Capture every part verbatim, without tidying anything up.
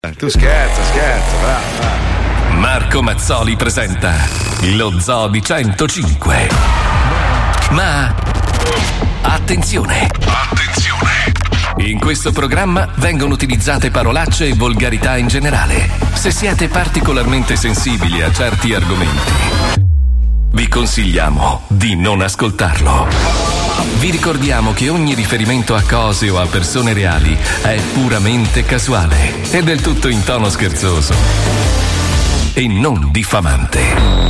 Tu scherza, scherza, va, va. Marco Mazzoli presenta lo Zoo di centocinque. Ma attenzione! Attenzione! In questo programma vengono utilizzate parolacce e volgarità in generale. Se siete particolarmente sensibili a certi argomenti, vi consigliamo di non ascoltarlo. Vi ricordiamo che ogni riferimento a cose o a persone reali è puramente casuale e del tutto in tono scherzoso e non diffamante.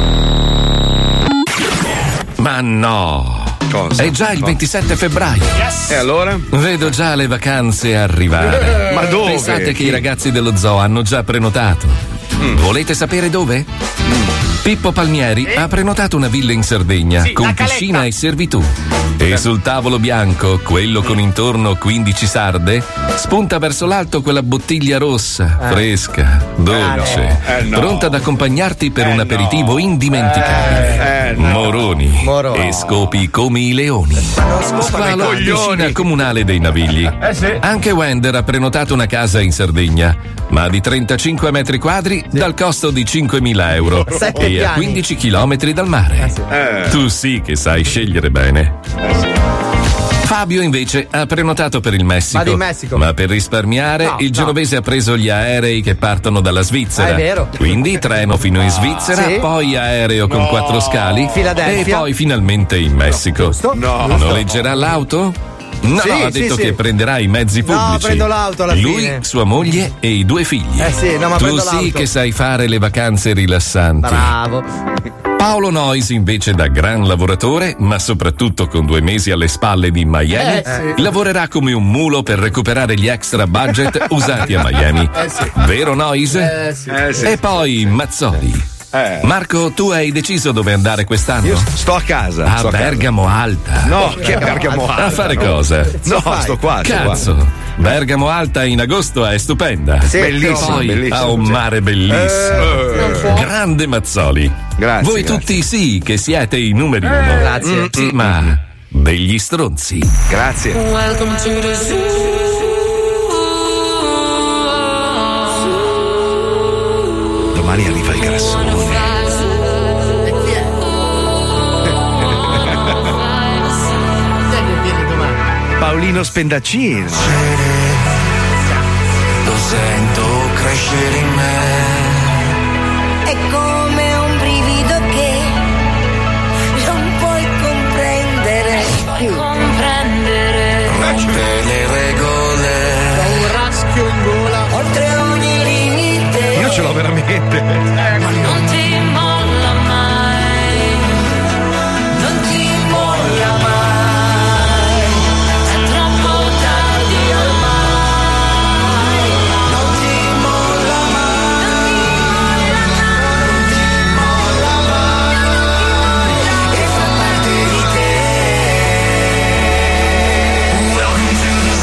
Ma no! Cosa? È già il ventisette febbraio. Yes. E allora? Vedo già le vacanze arrivare. Ma dove? Pensate che i ragazzi dello zoo hanno già prenotato. Mm. Volete sapere dove? Mm. Pippo Palmieri eh? ha prenotato una villa in Sardegna sì, con piscina e servitù. E sul tavolo bianco, quello con intorno quindici sarde, spunta verso l'alto quella bottiglia rossa, eh. fresca, dolce, eh no. Eh no. pronta ad accompagnarti per eh un aperitivo no. indimenticabile. Eh, eh no. Moroni Moroni e scopi come i leoni. Squalo, piscina comunale dei Navigli. Eh sì. Anche Wender ha prenotato una casa in Sardegna, ma di trentacinque metri quadri sì. dal costo di cinquemila euro Sette e piani. a quindici chilometri dal mare. Eh sì. Eh. Tu sì che sai scegliere bene. Eh sì. Fabio invece ha prenotato per il Messico. Vado in Messico. Ma per risparmiare No, il no. genovese ha preso gli aerei che partono dalla Svizzera. Ah, è vero. Quindi treno fino in Svizzera, Sì. poi aereo con No. quattro scali Filadelfia. e poi finalmente in Messico. Giusto? No. Noleggerà l'auto? No, Sì, no, ha sì, detto sì. che prenderà i mezzi pubblici. No, prendo l'auto alla Lui, fine. sua moglie e i due figli. Eh sì, no, ma tu prendo sì l'auto. che sai fare le vacanze rilassanti. Bravo. Paolo Noyes invece, da gran lavoratore, ma soprattutto con due mesi alle spalle di Miami, Eh, sì. lavorerà come un mulo per recuperare gli extra budget usati a Miami. Eh, sì. Vero Noyes? Eh, sì. Eh sì. E poi Mazzoli. Eh. Marco, tu hai deciso dove andare quest'anno? Io sto a casa. A sto a casa. Bergamo Alta. No, che Bergamo Alta? A fare cosa? No, fai? sto qua. sto qua. Cazzo, Bergamo Alta in agosto è stupenda. Sì, Bellissimo, Poi bellissimo. ha un mare bellissimo. Eh. Grande Mazzoli. Grazie, Voi grazie. tutti sì che siete i numeri uno. Grazie. Mm, sì, ma degli stronzi. Grazie. Welcome to the zoo. Domani arriva il grassone. Paolino Spendacino. Lo sento crescere in me. È come un brivido che non puoi comprendere. Comprendere Rompe le regole. Un raschio in gola. Oltre ogni limite. Io ce l'ho veramente. non ti molla mai, Non ti molla mai. è troppo tardi ormai. Non ti molla mai. Non ti molla mai. E fa parte di te. Welcome to the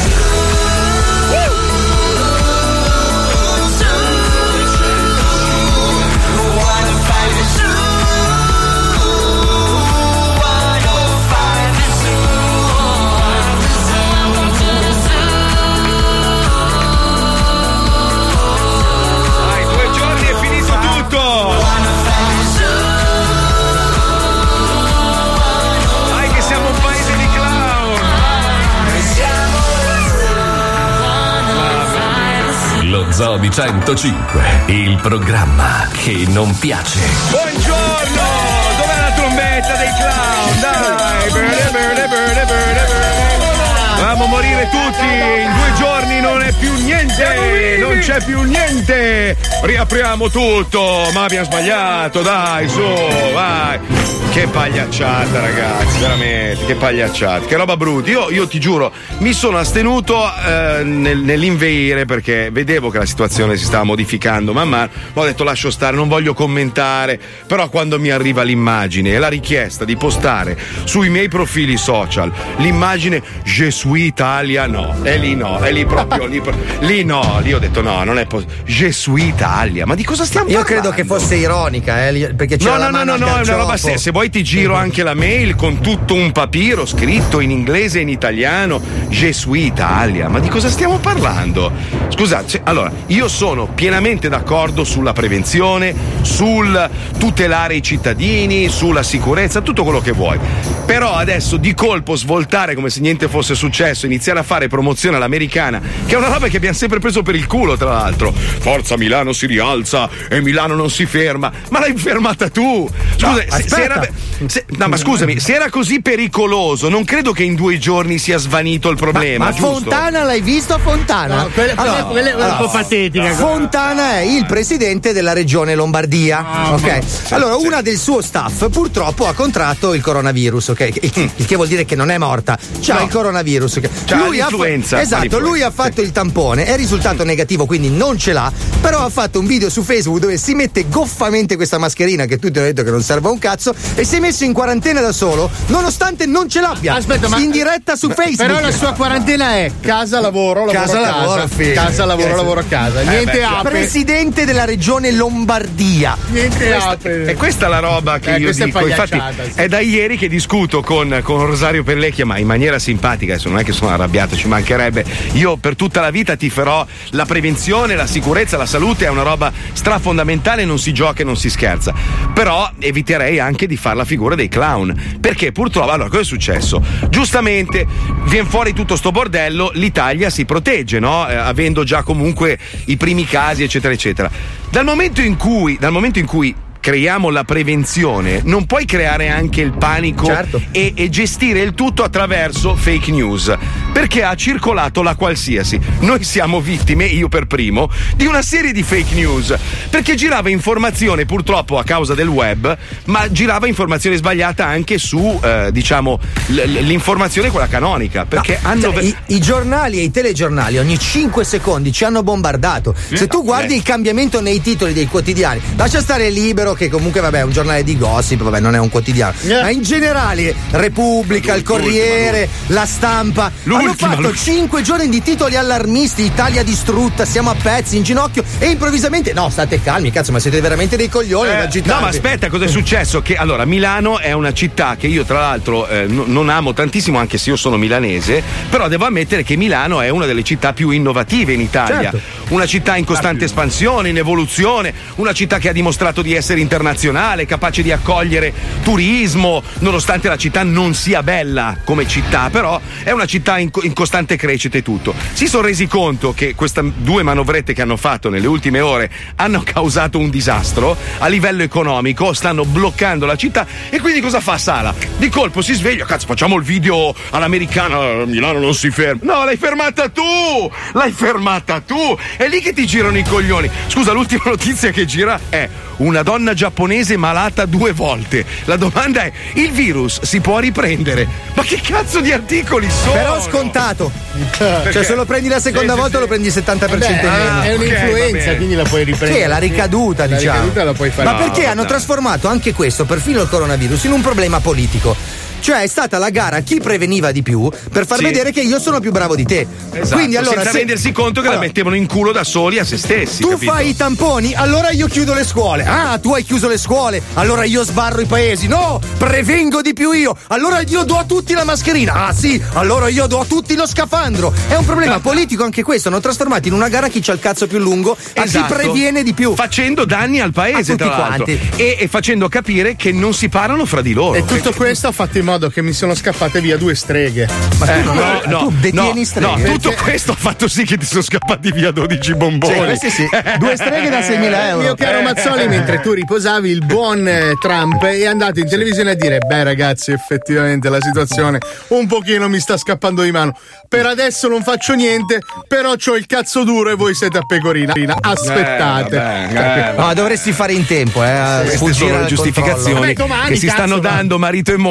Dai, due giorni è finito tutto. Dai che siamo un paese di clown. Lo Zoo di centocinque, il programma che non piace. Buongiorno. Dov'è la trombetta dei clown? Dai. Bene, bene, bene, bene, bene. Dovevamo morire tutti. In due giorni non è più niente. Non c'è più niente. Riapriamo tutto. Ma abbiamo sbagliato. Dai, su, vai. Che pagliacciata, ragazzi, veramente, che pagliacciata, che roba brutta. Io, io ti giuro, mi sono astenuto eh, nel, nell'inveire perché vedevo che la situazione si stava modificando man mano. Ma ho detto lascio stare, non voglio commentare. Però quando mi arriva l'immagine e la richiesta di postare sui miei profili social l'immagine Gesù suis Italia, no. E lì no, e lì proprio, lì, lì no. Lì ho detto no, non è possibile. Je suis Italia. Ma di cosa stiamo Io parlando? credo che fosse ironica, eh, perché c'era No, la no, no, mano no, al no, è una roba carciofo. se, se vuoi ti giro anche la mail con tutto un papiro scritto in inglese e in italiano. Je suis Italia. Ma di cosa stiamo parlando? Scusate, allora, io sono pienamente d'accordo sulla prevenzione, sul tutelare i cittadini, sulla sicurezza, tutto quello che vuoi. Però adesso di colpo svoltare come se niente fosse successo, iniziare a fare promozione all'americana, che è una roba che abbiamo sempre preso per il culo, tra l'altro. Forza Milano si rialza e Milano non si ferma. Ma l'hai fermata tu! Scusa, No, se, se era, se, no, ma scusami, se era così pericoloso, non credo che in due giorni sia svanito il problema. Ma giusto? Fontana l'hai visto Fontana? No, quella, Allora, quella- quella è un po' patetica. Fontana è il presidente della regione Lombardia. ok? Allora, una del suo staff purtroppo ha contratto il coronavirus, ok? Il, il che vuol dire che non è morta, c'ha No. il coronavirus. ok? C'ha Lui ha fa- l'influenza, esatto, l'influenza, lui ha fatto il tampone, è risultato negativo, quindi non ce l'ha. Però ha fatto un video su Facebook dove si mette goffamente questa mascherina che tutti hanno detto che non serve a un cazzo e si è messo in quarantena da solo, nonostante non ce l'abbia. Aspetta, ma in diretta su Facebook. Però la sua quarantena è casa, lavoro, lavoro, Casa, casa, lavoro, figlio. casa, lavoro, Yes. lavoro, casa. Niente beh, ape. Presidente della regione Lombardia. Niente Questa- ape. è questa la roba che Eh, io questa è dico. Infatti, pagliacciata, sì. è da ieri che discuto con, con Rosario Pellecchia, ma in maniera simpatica. Adesso non è che sono arrabbiato, ci mancherebbe. Io per tutta la vita ti farò la prevenzione, la sicurezza, la salute è una roba strafondamentale, non si gioca e non si scherza. Però eviterei anche di fare la figura dei clown. Perché purtroppo, allora, cosa è successo? Giustamente viene fuori tutto sto bordello, l'Italia si protegge, no? Eh, avendo già comunque i primi casi, eccetera, eccetera. Dal momento in cui, dal momento in cui creiamo la prevenzione, non puoi creare anche il panico Certo. e, e gestire il tutto attraverso fake news, perché ha circolato la qualsiasi. Noi siamo vittime, io per primo, di una serie di fake news, perché girava informazione purtroppo a causa del web, ma girava informazione sbagliata anche su eh, diciamo l- l- l'informazione quella canonica, perché No, hanno cioè, i, i giornali e i telegiornali ogni cinque secondi ci hanno bombardato. Se tu guardi eh. il cambiamento nei titoli dei quotidiani, lascia stare Libero, che comunque vabbè è un giornale di gossip, vabbè non è un quotidiano, Eh. ma in generale Repubblica, il Corriere, la Stampa L'ultima, hanno fatto l'ultima. cinque giorni di titoli allarmisti: Italia distrutta, siamo a pezzi, in ginocchio, e improvvisamente no, state calmi, cazzo, ma siete veramente dei coglioni, Eh, agitanti. no, ma aspetta, cosa è successo? Che allora Milano è una città che io, tra l'altro, eh, no- non amo tantissimo, anche se io sono milanese, però devo ammettere che Milano è una delle città più innovative in Italia. Certo. Una città in costante espansione, in evoluzione, una città che ha dimostrato di essere internazionale, capace di accogliere turismo, nonostante la città non sia bella come città, però è una città in, co- in costante crescita e tutto. Si sono resi conto che queste due manovrette che hanno fatto nelle ultime ore hanno causato un disastro a livello economico, stanno bloccando la città, e quindi cosa fa Sala? Di colpo si sveglia, cazzo, facciamo il video all'americana, Milano non si ferma. No, l'hai fermata tu! L'hai fermata tu! È lì che ti girano i coglioni. Scusa, l'ultima notizia che gira è una donna giapponese malata due volte. La domanda è: il virus si può riprendere? Ma che cazzo di articoli sono? Però scontato, cioè se lo prendi la seconda Sì, sì, volta sì. lo prendi il settanta per Beh, cento in meno. è ok, va un'influenza, bene. quindi la puoi riprendere. Sì, è la ricaduta, La diciamo. ricaduta la puoi fare. Ma perché No, hanno dai. trasformato anche questo, perfino il coronavirus, in un problema politico? Cioè è stata la gara chi preveniva di più per far Sì. vedere che io sono più bravo di te. Esatto, Quindi allora senza se- rendersi conto che allora, la mettevano in culo da soli a se stessi. tu capito? fai i tamponi, allora io chiudo le scuole. Ah, tu hai chiuso le scuole, allora io sbarro i paesi. No, prevengo di più io. Allora io do a tutti la mascherina. Ah sì, allora io do a tutti lo scafandro. È un problema politico anche questo. Hanno trasformato in una gara chi c'ha il cazzo più lungo a Esatto. chi previene di più. Facendo danni al paese, A tutti tra l'altro. quanti. E, e facendo capire che non si parlano fra di loro. E tutto questo ha fatto in modo che mi sono scappate via due streghe. Eh, no, no, tu detieni no, streghe. no, tutto questo ha fatto sì che ti sono scappati via dodici bomboni. Sì, questi sì. Due streghe da seimila euro. Mio caro Mazzoli, mentre tu riposavi, il buon eh, Trump è andato in televisione a dire: beh ragazzi, effettivamente la situazione un pochino mi sta scappando di mano. Per adesso non faccio niente, però c'ho il cazzo duro e voi siete a pecorina. Aspettate. Eh, vabbè, eh, No, dovresti fare in tempo, eh. a Queste sfuggire sono le al giustificazioni controllo. Vabbè, domani, che si cazzo, stanno va. dando marito e moglie dopo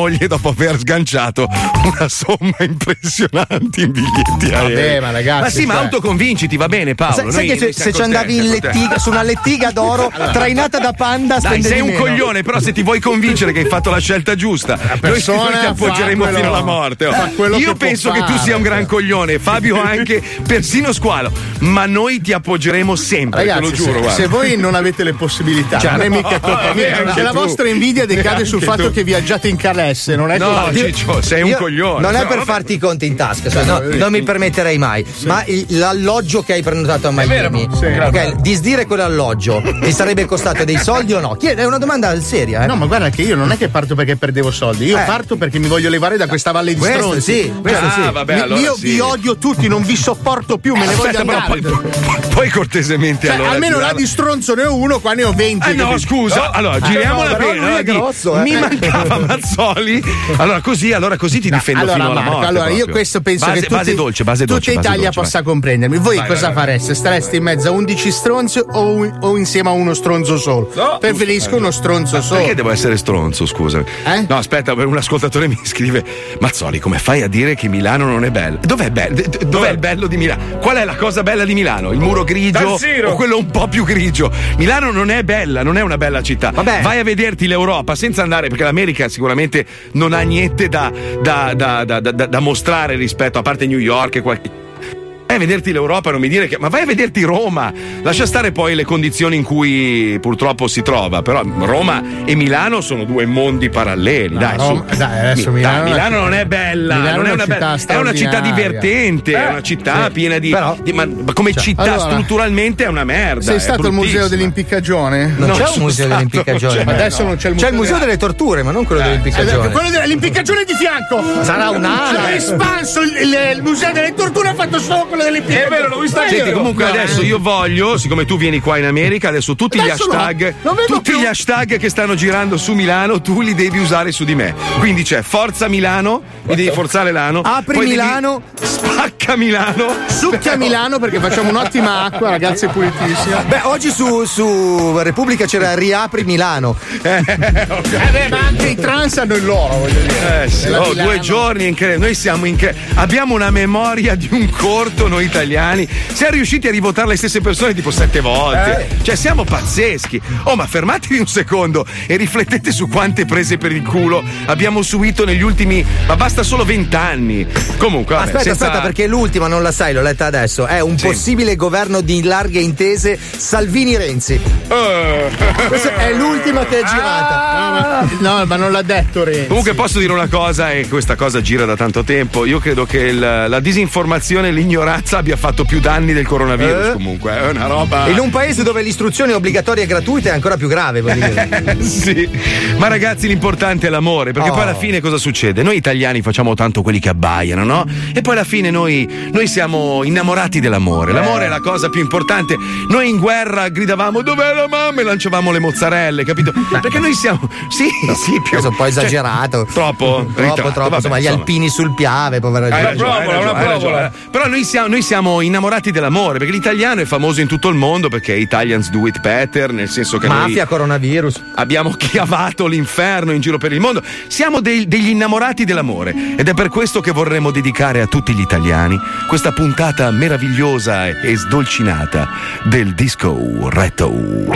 dopo aver sganciato una somma impressionante in biglietti aerei. Vabbè, ma ragazzi, ma sì, ma cioè... autoconvinciti, va bene Paolo. Sai, noi, sai che noi se, se ci andavi in lettiga, su una lettiga d'oro trainata da Panda, dai, sei un meno. coglione, però se ti vuoi convincere che hai fatto la scelta giusta, noi, noi ti appoggeremo quello, fino alla morte. Oh. Io che penso che fare. tu sia un gran coglione, Fabio anche, persino Squalo, ma noi ti appoggeremo sempre, ragazzi, te lo giuro. Se, guarda. se voi non avete le possibilità, cioè, non è mica colpa mia. Se la vostra invidia decade sul fatto tu. che viaggiate in calesse, non è no, colpa Ciccio, sei un Io coglione. Non è no, per vabbè. farti i conti in tasca, cioè, no, non mi permetterei mai. Sì. Ma il, l'alloggio che hai prenotato a Miami, sì, ok, disdire quell'alloggio ti sarebbe costato dei soldi o no? Chiede, è una domanda seria, eh? No, ma guarda che io non è che parto perché perdevo soldi, io Eh. parto perché mi voglio levare da questa valle di Questo stronzi. sì, questo Ah, sì. vabbè, Mi- allora io sì. vi odio tutti, non vi sopporto più, me ne Aspetta, voglio però andare. poi, poi cortesemente Cioè, allora almeno là girarla- di stronzo ne ho uno, qua ne ho venti. Ah no, capito? scusa, No. allora Eh, giriamola no, però bene. lui allora, è di- grosso, eh. Mi mancava Mazzoli. Allora così, allora così ti difendo allora, fino alla Marco, morte. allora io proprio. questo penso base, che tutti, base dolce, base dolce, tutta base Italia dolce, possa vai. comprendermi. Voi Vai, cosa vai, vai. fareste? Stareste in mezzo a undici stronzi o, un- o insieme a uno stronzo solo? No. Preferisco uno stronzo solo. Perché devo essere stronzo, scusa? Eh? No, aspetta, un ascoltatore mi scrive: Mazzoli, come fai a dire che Milano non è bella? Dov'è bello? D- Dov'è il bello di Milano? Qual è la cosa bella di Milano? Il muro grigio o quello un po' più grigio? Milano non è bella, non è una bella città. Vabbè. Vai a vederti l'Europa senza andare, perché l'America sicuramente non ha niente da, da, da, da, da, da mostrare rispetto, a parte New York e qualche. Vai a vederti l'Europa, non mi dire che. Ma vai a vederti Roma. Lascia stare poi le condizioni in cui purtroppo si trova. Però Roma e Milano sono due mondi paralleli. No, dai, Roma- su. dai, adesso Mi- Milano dai, è una Milano città- non è bella. Milano Non è è, una una città bella- è una città straordinaria. divertente. Eh, è una città sì. piena di. Però- di- ma, ma come Cioè, città allora- strutturalmente è una merda. Sei è stato al museo bruttissima. dell'impiccagione? Non No, c'è un sono museo stato, dell'impiccagione. non c'è. Ma adesso non c'è il museo. C'è il museo delle torture, ma non quello Eh, dell'impiccagione. quello dell'impiccagione di fianco. Sarà un altro. Cioè, espanso il, il- il museo delle torture, ha fatto solo quello dell'impiccagione. È vero, l'ho visto. Eh, Senti, io- comunque no, adesso eh. io voglio, siccome tu vieni qua in America, adesso tutti Adesso gli no, hashtag, non vedo tutti più. gli hashtag che stanno girando su Milano, tu li devi usare su di me. Quindi c'è Forza Milano, mi devi forzare l'ano. Apri poi devi- Milano. Spacca Milano. Succhia Milano perché facciamo un'ottima acqua, ragazzi, è pulitissima. Beh, oggi su, su Repubblica c'era Riapri Milano. Eh beh, ma anche i trans hanno il loro, voglio dire. Eh sì, Nella oh, Milano. due giorni incredibili. Noi siamo incre- abbiamo una memoria di un corto, noi italiani. Siamo riusciti a rivotare le stesse persone tipo sette volte. Cioè, siamo pazzeschi. Oh, ma fermatevi un secondo e riflettete su quante prese per il culo abbiamo subito negli ultimi. Ma basta solo vent'anni. Comunque, vabbè, Aspetta, senza- aspetta, perché l'ultima non la sai, l'ho letta adesso. È un Sì. possibile governo di larghe intese Salvini-Renzi. Eh. Questa è l'ultima che è girata. No, ma non l'ha detto Renzi. Comunque posso dire una cosa, e questa cosa gira da tanto tempo. Io credo che il- la disinformazione e l'ignoranza abbia fatto più danni del coronavirus. Eh? Comunque, è una roba. In un paese dove l'istruzione è obbligatoria e gratuita è ancora più grave, voglio dire. Sì, ma ragazzi, l'importante è l'amore, perché Oh. poi alla fine cosa succede? Noi italiani facciamo tanto quelli che abbaiano, no? E poi alla fine noi, noi siamo innamorati dell'amore. L'amore è la cosa più importante. Noi in guerra gridavamo dov'è la mamma e lanciavamo le mozzarelle, capito? Perché noi siamo. Sì, sì, più. Questo è un po' esagerato. Cioè, troppo? Troppo, Ritratto, troppo. vabbè, insomma, gli insomma. alpini sul Piave, povera Hai gente. ragione, hai ragione, hai ragione. Però noi siamo, noi siamo innamorati dell'amore, perché l'italiano è famoso in tutto il mondo perché Italians do it better, nel senso che Mafia, noi coronavirus. abbiamo chiavato l'inferno in giro per il mondo. Siamo dei- degli innamorati dell'amore ed è per questo che vorremmo dedicare a tutti gli italiani questa puntata meravigliosa e sdolcinata del Disco Retto.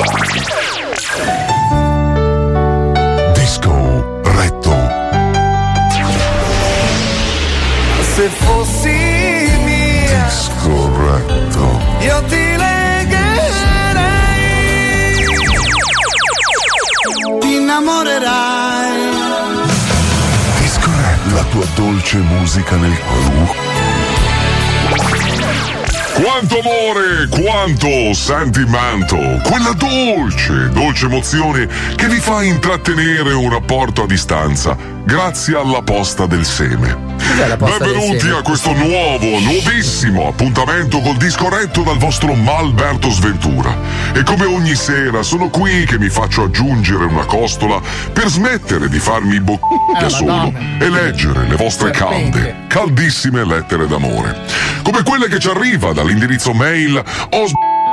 Disco Retto. Se fossi mia, Disco Retto. io ti legherei, ti innamorerai. Disco Retto. La tua dolce musica nel cuore. Quanto amore, quanto sentimento, quella dolce, dolce emozione che vi fa intrattenere un rapporto a distanza grazie alla posta del seme. Cos'è la posta del Benvenuti seme? a questo nuovo, nuovissimo appuntamento col disco retto dal vostro Malberto Sventura. E come ogni sera sono qui che mi faccio aggiungere una costola per smettere di farmi i bocchi da Eh, solo Madonna. e leggere le vostre Serpente. calde, caldissime lettere d'amore. Come quelle che ci arriva dall'indirizzo mail os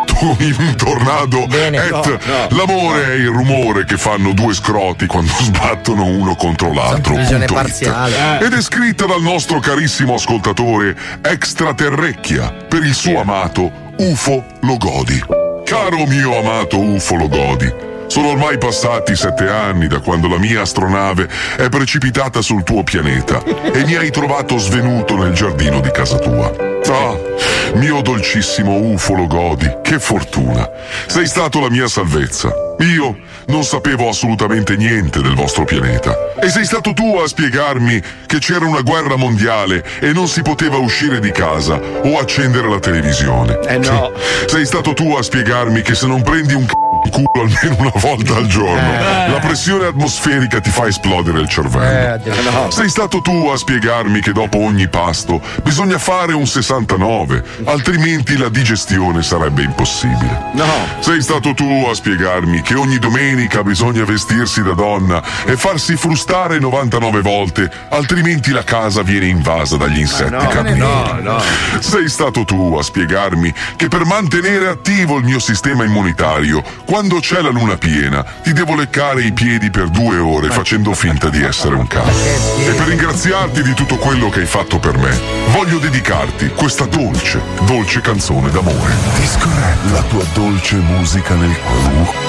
detto in un tornado Bene, et no, no, l'amore no. è il rumore che fanno due scroti quando sbattono uno contro l'altro. Visione punto parziale. it. Ed è scritta dal nostro carissimo ascoltatore Extraterrecchia per il suo amato U F O Logodi. Caro mio amato U F O Logodi, sono ormai passati sette anni da quando la mia astronave è precipitata sul tuo pianeta e mi hai trovato svenuto nel giardino di casa tua. Ah, mio dolcissimo U F O Logodi, che fortuna! Sei stato la mia salvezza. Io non sapevo assolutamente niente del vostro pianeta. E sei stato tu a spiegarmi che c'era una guerra mondiale e non si poteva uscire di casa o accendere la televisione. Eh no. Sei stato tu a spiegarmi che se non prendi un c***o di culo almeno una volta al giorno, Eh. la pressione atmosferica ti fa esplodere il cervello. Eh, no. Sei stato tu a spiegarmi che dopo ogni pasto bisogna fare un sessantanove, altrimenti la digestione sarebbe impossibile. No. Sei stato tu a spiegarmi che ogni domenica bisogna vestirsi da donna e farsi frustare novantanove volte, altrimenti la casa viene invasa dagli insetti no, capiti. no, no. Sei stato tu a spiegarmi che per mantenere attivo il mio sistema immunitario, quando c'è la luna piena, ti devo leccare i piedi per due ore facendo finta di essere un cane. E per ringraziarti di tutto quello che hai fatto per me, voglio dedicarti questa dolce, dolce canzone d'amore. Discorre la tua dolce musica nel cuore.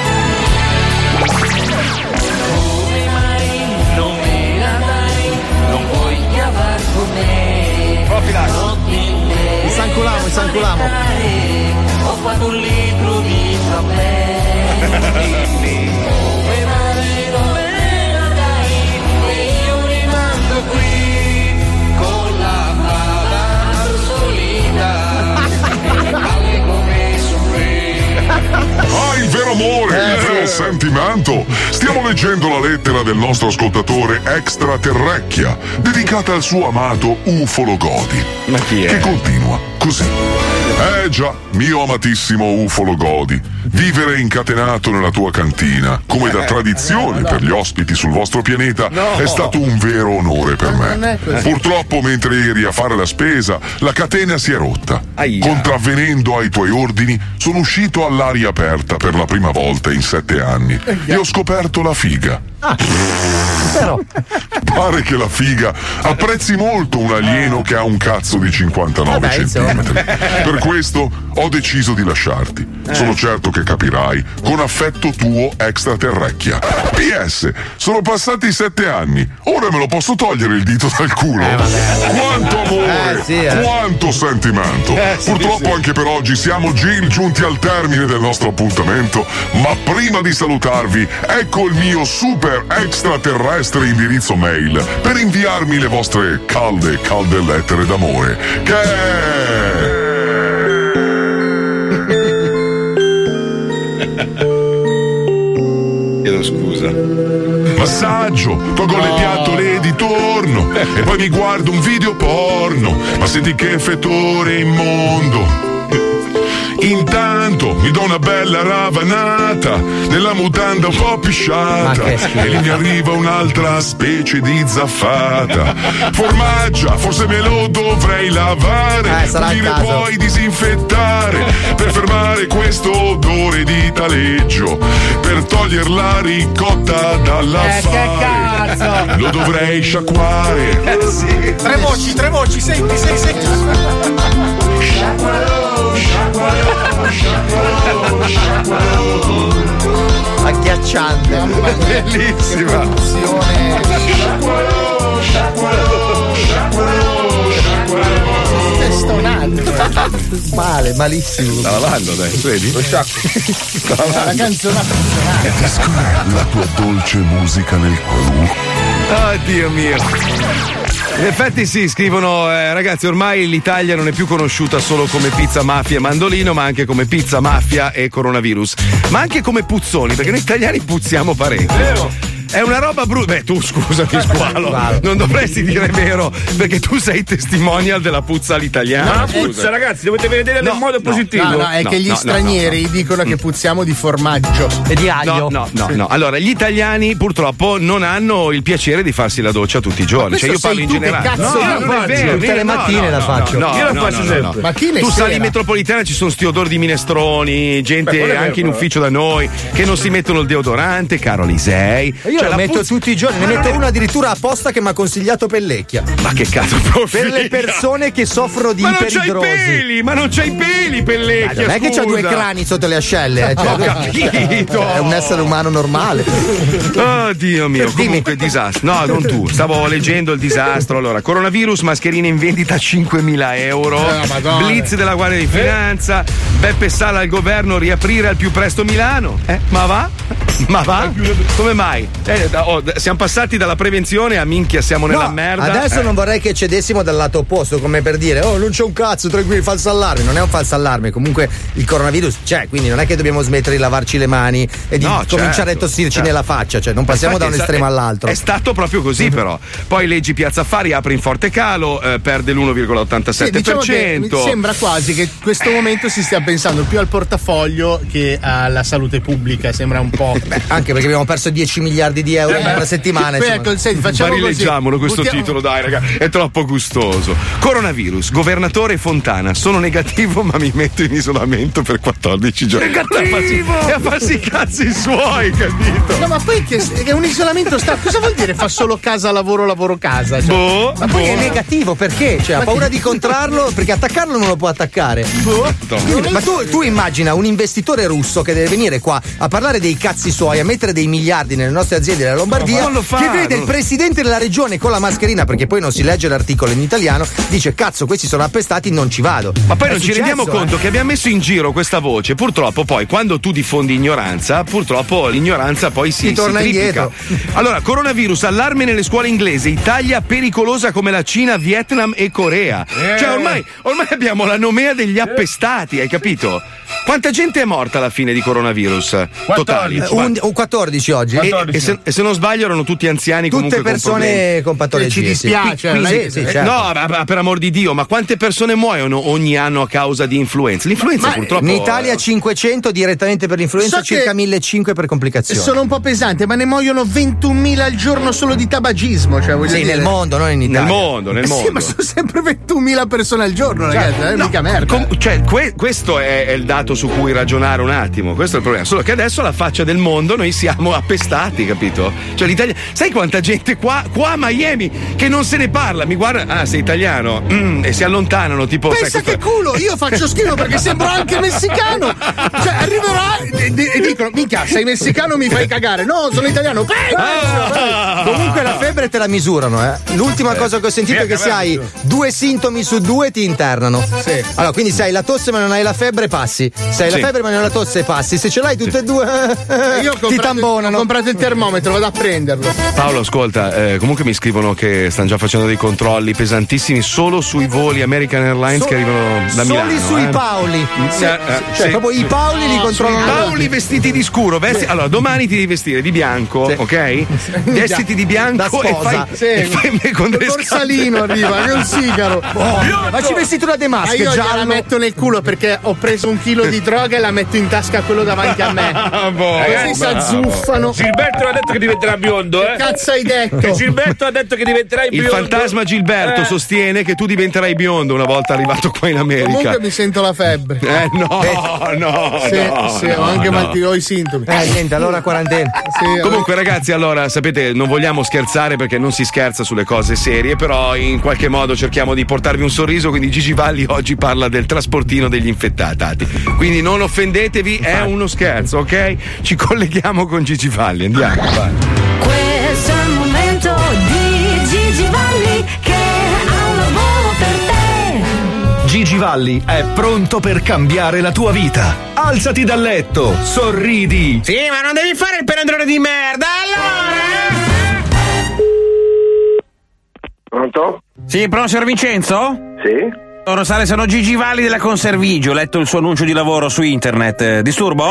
Come mai non me la dai? Non vuoi chiamar con me? Mi sanculamo, mi sanculamo. Ho fatto un libro di tabelle. Come mai non me la dai? E io rimango qui con la mano arrosolita. Male come soffrire. Ah, il vero amore, il vero sentimento. Stiamo leggendo la lettera del nostro ascoltatore Extraterrecchia, dedicata al suo amato U F O Logodi. Ma chi è? Che continua così. Eh già, mio amatissimo U F O Logodi, vivere incatenato nella tua cantina, come da tradizione per gli ospiti sul vostro pianeta, è stato un vero onore per me. Purtroppo, mentre eri a fare la spesa, la catena si è rotta. Aia. Contravvenendo ai tuoi ordini, sono uscito all'aria aperta per la prima volta in sette anni e ho scoperto la figa. Però. Pare che la figa apprezzi molto un alieno che ha un cazzo di cinquantanove Vabbè, centimetri. Per questo ho deciso di lasciarti. Sono certo che capirai. Con affetto tuo, Extraterrecchia. P S. Sono passati sette anni. Ora me lo posso togliere il dito dal culo? Quanto amore! Eh, sì, eh. Quanto sentimento! Eh, sì, Purtroppo sì. anche per oggi siamo Gil giunti al termine del nostro appuntamento. Ma prima di salutarvi, ecco il mio super extraterrestre indirizzo mail per inviarmi le vostre calde, calde lettere d'amore. Che Chiedo scusa. massaggio, tolgo le piattole di torno e poi mi guardo un video porno. Ma senti che fettore immondo. Intanto mi do una bella ravanata nella mutanda un po' pisciata Ma che schifo. e lì mi arriva un'altra specie di zaffata. Formaggia, forse me lo dovrei lavare, Eh, sarà il pulire caso. poi disinfettare per fermare questo odore di taleggio, per togliere la ricotta dall'affare. Eh, che cazzo! Lo dovrei sciacquare. Tre voci, tre voci, senti, senti, senti. Agghiacciante. Bellissima. Male, malissimo. Sta lavando adesso, vedi? Lo sciacquo. La canzone Discorre la tua dolce musica nel cuore. Oh Dio mio. In effetti sì, scrivono eh, ragazzi, ormai l'Italia non è più conosciuta solo come pizza, mafia e mandolino, ma anche come pizza, mafia e coronavirus, ma anche come puzzoni, perché noi italiani puzziamo parecchio. è una roba brutta. Beh, tu scusami, Squalo, non dovresti dire vero, perché tu sei testimonial della puzza all'italiana. Ma la puzza, ragazzi, dovete vedere nel No, modo no, positivo. No, no, è No, che gli no, no, stranieri no, no. dicono che puzziamo di formaggio e di aglio. No, no, no, no. Allora, gli italiani purtroppo non hanno il piacere di farsi la doccia tutti i giorni. Cioè, io parlo in generale. Cazzo, No, io non faccio. è vero. Tutte le no, mattine no, la no, faccio. No, Io la no, faccio no, sempre. no. Mattine e Tu sali sera. in metropolitana, ci sono sti odori di minestroni, gente Beh, quello è anche vero, in però. ufficio da noi che non si mettono il deodorante, caro Lisei. E io Cioè, lo la metto puzza- tutti i giorni, ne Ma metto non è- uno addirittura apposta che mi ha consigliato Pellecchia. Ma che cazzo profilo? Per le persone che soffrono di Ma non c'hai i iperidrosi. peli, ma non c'hai i peli, Pellecchia. Non è che c'ha due scusa. crani sotto le ascelle, eh. Cioè, Ho capito. è un essere umano normale. Oh Dio mio, comunque disastro. No, non tu. Stavo leggendo il disastro. Allora, coronavirus, mascherine in vendita a cinquemila euro. Eh, Madonna. Blitz della Guardia di Finanza. Beppe Sala al governo, riaprire al più presto Milano. Eh, ma va? Ma va? Come mai? Eh, da- oh, da- siamo passati dalla prevenzione a minchia, siamo nella No, merda. adesso Eh. non vorrei che cedessimo dal lato opposto, come per dire, oh, non c'è un cazzo, tranquilli, falso allarme. Non è un falso allarme, comunque il coronavirus c'è, quindi non è che dobbiamo smettere di lavarci le mani e di No, cominciare certo, a tossirci certo. nella faccia, cioè non passiamo Infatti da un è sta- estremo è- all'altro. È stato proprio così, però. Poi leggi Piazza Affari, apre in forte calo, eh, perde l'uno virgola ottantasette Sì, per diciamo cento. che mi sembra quasi che in questo momento si stia pensando più al portafoglio che alla salute pubblica. Sembra un po'. Beh, anche perché abbiamo perso dieci miliardi di euro in una settimana. Poi, insomma. ecco, senti, Ma facciamo così. rileggiamolo questo Buttiamo- titolo, dai, raga, è troppo gustoso. Coronavirus, governatore Fontana. Sono negativo, ma mi metto in isolamento per quattordici giorni. Negativo! E a farsi i cazzi suoi, capito? No, ma poi che è un isolamento sta. Cosa vuol dire? Fa solo casa, lavoro, lavoro, casa. Cioè, Boh, Ma poi boh. è negativo perché? Cioè, ha paura di contrarlo perché attaccarlo non lo può attaccare. Quindi, ma tu, tu immagina un investitore russo che deve venire qua a parlare dei cazzi suoi, a mettere dei miliardi nelle nostre aziende della Lombardia, Ma non lo fa, che vede non il lo- presidente della regione con la mascherina, perché poi non si legge l'articolo in italiano, dice cazzo, questi sono appestati, non ci vado. Ma poi È non ci successo, rendiamo eh. conto che abbiamo messo in giro questa voce. Purtroppo, poi, quando tu diffondi ignoranza, purtroppo l'ignoranza poi si, Ti torna si triplica. indietro. Allora, coronavirus, allarme nelle scuole inglesi. Italia pericolosa come la Cina, Vietnam e Corea. Cioè, ormai, ormai abbiamo la nomea degli appestati, hai capito? Quanta gente è morta alla fine di coronavirus? Totali. Eh, un, un quattordici oggi. E, E- e se, e se non sbaglio erano tutti anziani comunque tutte con problemi. persone con patologie. Ci dispiace, sì. lei- Sì, sì, Eh, certo. No, ma- ma per amor di Dio, ma quante persone muoiono ogni anno a causa di influenza? L'influenza Ma- purtroppo. In Italia cinquecento direttamente per l'influenza, So che- circa millecinquecento per complicazioni. Sono un po' pesante, ma ne muoiono ventunomila al giorno solo di tabagismo. Cioè, voglio Sì, dire. nel mondo, non in Italia. Nel mondo, nel Eh sì, mondo. ma sono sempre ventumila persone al giorno, ragazzi. È No, mica merda. com- cioè, que- questo è, è il dato su cui ragionare un attimo. Questo è il problema. Solo che adesso alla faccia del mondo noi siamo appestati, capito? Cioè, l'Italia. Sai quanta gente qua, qua a Miami che non se ne parla? Mi guarda, ah, sei italiano? Mm, e si allontanano, tipo. Pensa sai, che questo- culo, io faccio schifo perché sembro anche messicano. Cioè, arriverà e, e- e dicono: minchia, sei messicano, mi fai cagare. No, sono italiano. Ah! Comunque la febbre te la misurano, eh. L'ultima cosa che ho sentito è che se hai due sintomi su due ti internano. Sì. Allora, quindi se hai la tosse ma non hai la febbre, passi. Se hai Sì. la febbre ma non hai la tosse, passi. Se ce l'hai tutte e due, Io ho ti comprato, ho tambonano. comprato il termometro, vado a prenderlo. Paolo, ascolta, eh, comunque mi scrivono che stanno già facendo dei controlli pesantissimi solo sui voli American Airlines So- che arrivano da Milano. Soli sui eh. Paoli. Sì, eh, Cioè, sì. proprio i Paoli li controllano. Paoli vestiti di scuro, vesti- allora domani ti devi vestire di bianco, Sì. ok? Vestiti di bianco Da e sposa. fai, Sì. e fai me con Il delle borsalino scarpe. arriva, che è un sigaro. Ma ci vestito da De Ma Maschere, io gliela giallo. metto nel culo perché ho preso un chilo di droga e la metto in tasca a quello davanti a me. Ah, boh. Così si azzuffano. Gilberto ha detto che diventerà biondo, eh? Cazzo hai detto? Gilberto ha detto che diventerai Il biondo. fantasma Gilberto Eh. sostiene che tu diventerai biondo una volta arrivato qua in America. Comunque mi sento la febbre. Eh no, no, Sì, no, sì, ho no, anche no. mal- ho i sintomi. Eh, niente, allora quarantena. Sì, Comunque ragazzi, allora sapete, non vogliamo scherzare perché non si scherza sulle cose serie, però in qualche modo cerchiamo di portarvi un sorriso, quindi Gigi Valli oggi parla del trasportino degli infettati. Quindi non offendetevi, è uno scherzo, ok? Ci colleghiamo con Gigi Valli, andiamo, vai. Questo è il momento di Gigi Valli che ha un lavoro per te. Gigi Valli è pronto per cambiare la tua vita. Alzati dal letto, sorridi. Sì, ma non devi fare il pelandrone di merda, allora! Pronto? Sì, pronto, signor Vincenzo? Sì? Sono Sale, sono Gigi Valli della Conservigio. Ho letto il suo annuncio di lavoro su internet. Eh, Disturbo? Sì,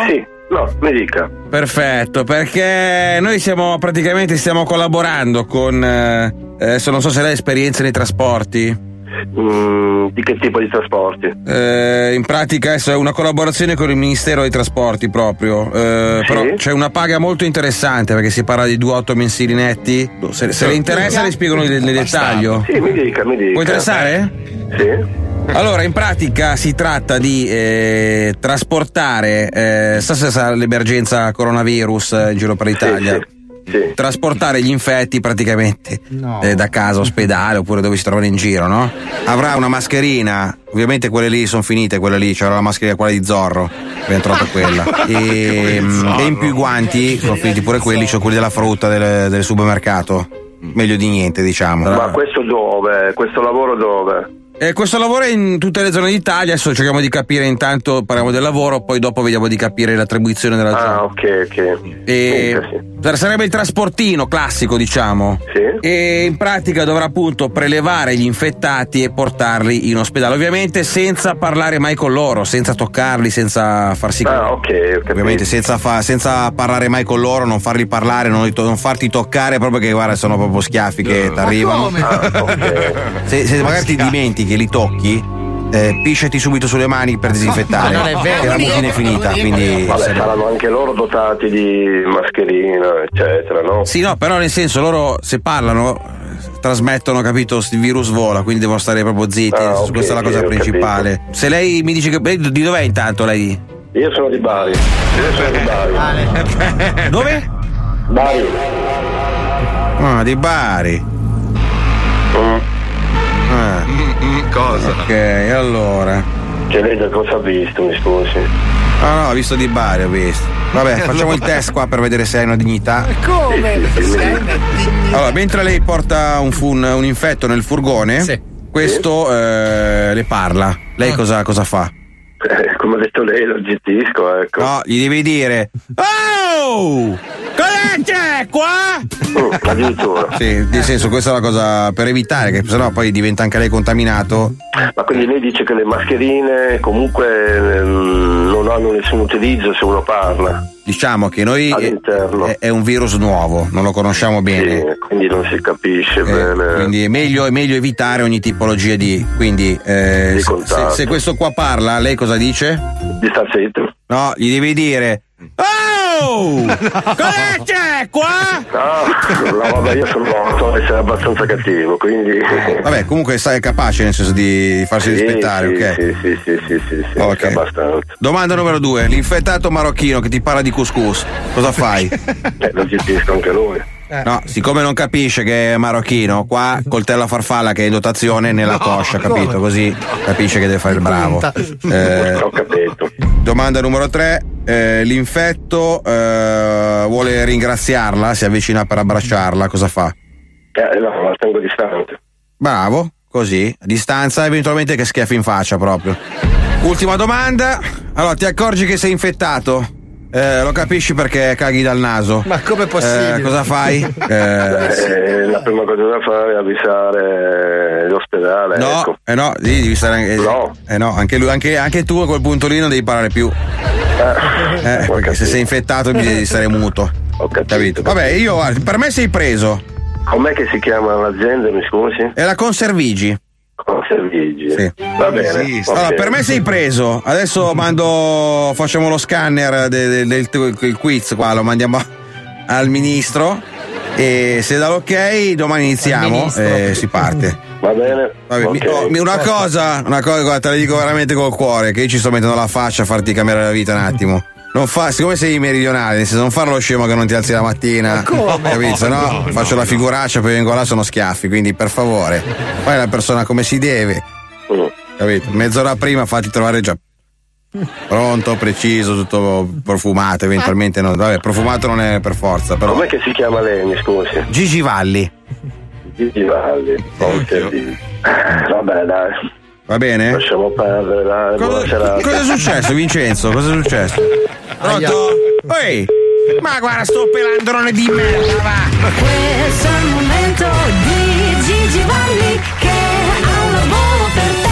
No, mi dica. Perfetto, perché noi siamo praticamente stiamo collaborando con eh, adesso non so se lei ha esperienza nei trasporti. Mm, di che tipo di trasporti? Eh, in pratica adesso è una collaborazione con il Ministero dei Trasporti proprio, eh, Sì? però c'è una paga molto interessante perché si parla di due otto mensili netti. Se, se le interessa le spiego nel, nel dettaglio. Sì, mi dica, mi dica. Può interessare? Sì. Allora, in pratica si tratta di eh, trasportare, eh, sa se sa l'emergenza coronavirus eh, in giro per l'Italia? Sì, sì, sì. Trasportare gli infetti praticamente eh, da casa, ospedale oppure dove si trovano in giro, no? Avrà una mascherina, ovviamente quelle lì sono finite, quelle lì, c'era la mascherina, quella di Zorro, abbiamo trovato quella. E, e in più i guanti, sono finiti pure quelli, c'ho quelli della frutta del, del supermercato. Meglio di niente, diciamo. Ma questo dove? Questo lavoro dove? Eh, questo lavoro è in tutte le zone d'Italia, adesso cerchiamo di capire, intanto parliamo del lavoro, poi dopo vediamo di capire l'attribuzione della zona. Ah, ok, ok. E Minchia, sarebbe il trasportino classico, diciamo. Sì. E in pratica dovrà appunto prelevare gli infettati e portarli in ospedale, ovviamente senza parlare mai con loro, senza toccarli, senza farsi. Ah, ok, ok. Ovviamente senza, fa- senza parlare mai con loro, non farli parlare, non, li to- non farti toccare, proprio che guarda, sono proprio schiaffi che ti arrivano. Ah, ok. Se, se magari ti dimentichi che li tocchi, eh, pisciati subito sulle mani per disinfettare. Ma non è vero. Che la mutina è finita. Quindi Vabbè, se- saranno anche loro dotati di mascherina, eccetera, no? Sì, no, però nel senso loro se parlano eh, trasmettono, capito, il virus vola, quindi devono stare proprio zitti. Ah, ok, questa è la cosa ho principale. capito. Se lei mi dice che eh, di dov'è intanto lei? Io sono di Bari. Io sono di Bari. Dove? Bari. Ah, di Bari. Ah. Cosa? Ok, allora. Che lei da cosa ha visto, mi scusi? Ah no, ho visto di Bari, ho visto. Vabbè, facciamo il test qua per vedere se hai una dignità. Come? Allora, mentre lei porta un, fun, un infetto nel furgone, questo eh, le parla. Lei cosa, cosa fa? Eh, come ha detto lei, lo gestisco, ecco. No, gli devi dire: oh! Cosa c'è qua? Mm, addirittura. Sì, nel senso, questa è la cosa per evitare, che sennò poi diventa anche lei contaminato. Ma quindi lei dice che le mascherine comunque ehm, non hanno nessun utilizzo se uno parla? Diciamo che noi all'interno. È, è un virus nuovo, non lo conosciamo bene. Sì, quindi non si capisce Eh, bene. quindi è meglio, è meglio evitare ogni tipologia di. Quindi eh, Di se, contatto. se- se questo qua parla, lei cosa dice? Di star zitto. No, gli devi dire: oh! Cosa c'è qua? Ah, no, vabbè, io sono so essere abbastanza cattivo, quindi. Vabbè, comunque sai, è capace nel senso di farsi Sì, rispettare, sì, ok? Sì, sì, sì, sì, sì, sì, Ok. abbastanza. Domanda numero due: l'infettato marocchino che ti parla di couscous, cosa fai? Eh, lo gestisco anche lui. No, siccome non capisce che è marocchino, qua coltello a farfalla che è in dotazione nella coscia, capito? Così capisce che deve fare il bravo. Eh, Ho capito. domanda numero tre: eh, l'infetto eh, vuole ringraziarla, si avvicina per abbracciarla, cosa fa? Eh, no, la tengo distante. Bravo, così, a distanza, eventualmente che schiaffi in faccia proprio. Ultima domanda: allora, ti accorgi che sei infettato? Eh, lo capisci perché caghi dal naso? Ma come è possibile? Eh, cosa fai? Eh, Eh, la prima cosa da fare è avvisare l'ospedale. no, ecco. eh no, lì devi stare anche. No. Eh no, anche lui, anche, anche tu a quel punto lì non devi parlare più. Eh, perché se sei infettato mi devi stare muto. Ho capito. Capito? Vabbè, io guarda, per me sei preso. Com'è che si chiama l'azienda, mi scusi? È la Conservigi. Conservigi. Sì. Va bene. Allora, ok. per me sei preso. Adesso mando. Facciamo lo scanner del, del, del- del quiz qua, lo mandiamo al ministro. E se dà l'ok, domani iniziamo e si parte. Va bene. Vabbè, mi- ok. oh, mi- una cosa, una cosa, guarda, te la dico veramente col cuore, che io ci sto mettendo la faccia a farti cambiare la vita un attimo. Non fa, siccome sei meridionale, nel senso, non fare lo scemo che non ti alzi la mattina. come? Capito? Se no, faccio la figuraccia, poi vengo là, sono schiaffi, quindi per favore, fai la persona come si deve. Mm. Capito? Mezz'ora prima fatti trovare già pronto, preciso, tutto profumato, eventualmente no. Vabbè, profumato non è per forza, però. Com'è che si chiama lei, mi scusi? Gigi Valli. Gigi Valli. Conservigi. Vabbè, dai. Va bene? Lasciamo perdere, dai. Buona Cosa, serata. cosa è successo, Vincenzo? Cosa è successo? Pronto? Ehi! Ma guarda, sto pelandrone di merda, va! Questo è il momento di Gigi Valli che ha un lavoro per te.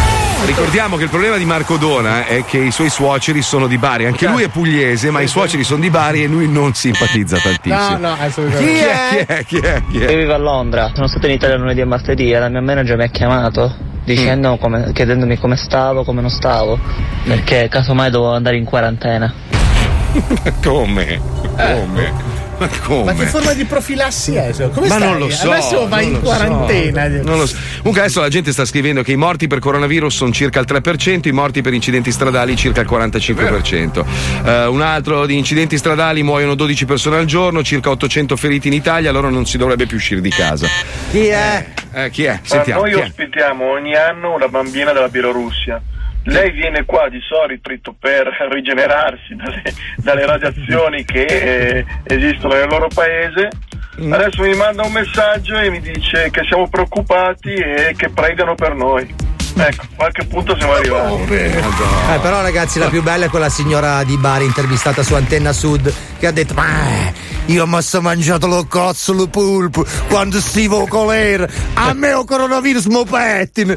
Ricordiamo che il problema di Marco Dona è che i suoi suoceri sono di Bari, anche lui è pugliese, ma i suoceri sono di Bari e lui non simpatizza tantissimo. No, no, assolutamente. Chi è? Chi è? Chi è? Chi è? Io vivo a Londra, sono stato in Italia lunedì e martedì e la mia manager mi ha chiamato dicendo Mm. come, chiedendomi come stavo, come non stavo, perché casomai dovevo andare in quarantena. Come? Come? Ma come? Ma che forma di profilassi è? Come Ma stai? non lo so. Adesso vai non in lo quarantena. so, non lo so. Comunque adesso la gente sta scrivendo che i morti per coronavirus sono circa il tre per cento, i morti per incidenti stradali circa il quarantacinque per cento. Uh, un altro di incidenti stradali muoiono dodici persone al giorno, circa ottocento feriti in Italia, allora non si dovrebbe più uscire di casa. Chi è? Eh, eh, chi è? Ma Sentiamo. noi chi è? ospitiamo ogni anno una bambina della Bielorussia. Lei viene qua di solito per rigenerarsi dalle, dalle radiazioni che eh, esistono nel loro paese. Adesso mi manda un messaggio e mi dice che siamo preoccupati e che pregano per noi. Ecco, a qualche punto siamo arrivati. Eh, però ragazzi, la più bella è quella signora di Bari intervistata su Antenna Sud che ha detto: ma io mi sono mangiato lo cozzo, lo pulpo quando stivo con l'air, a me ho coronavirus mo pettin.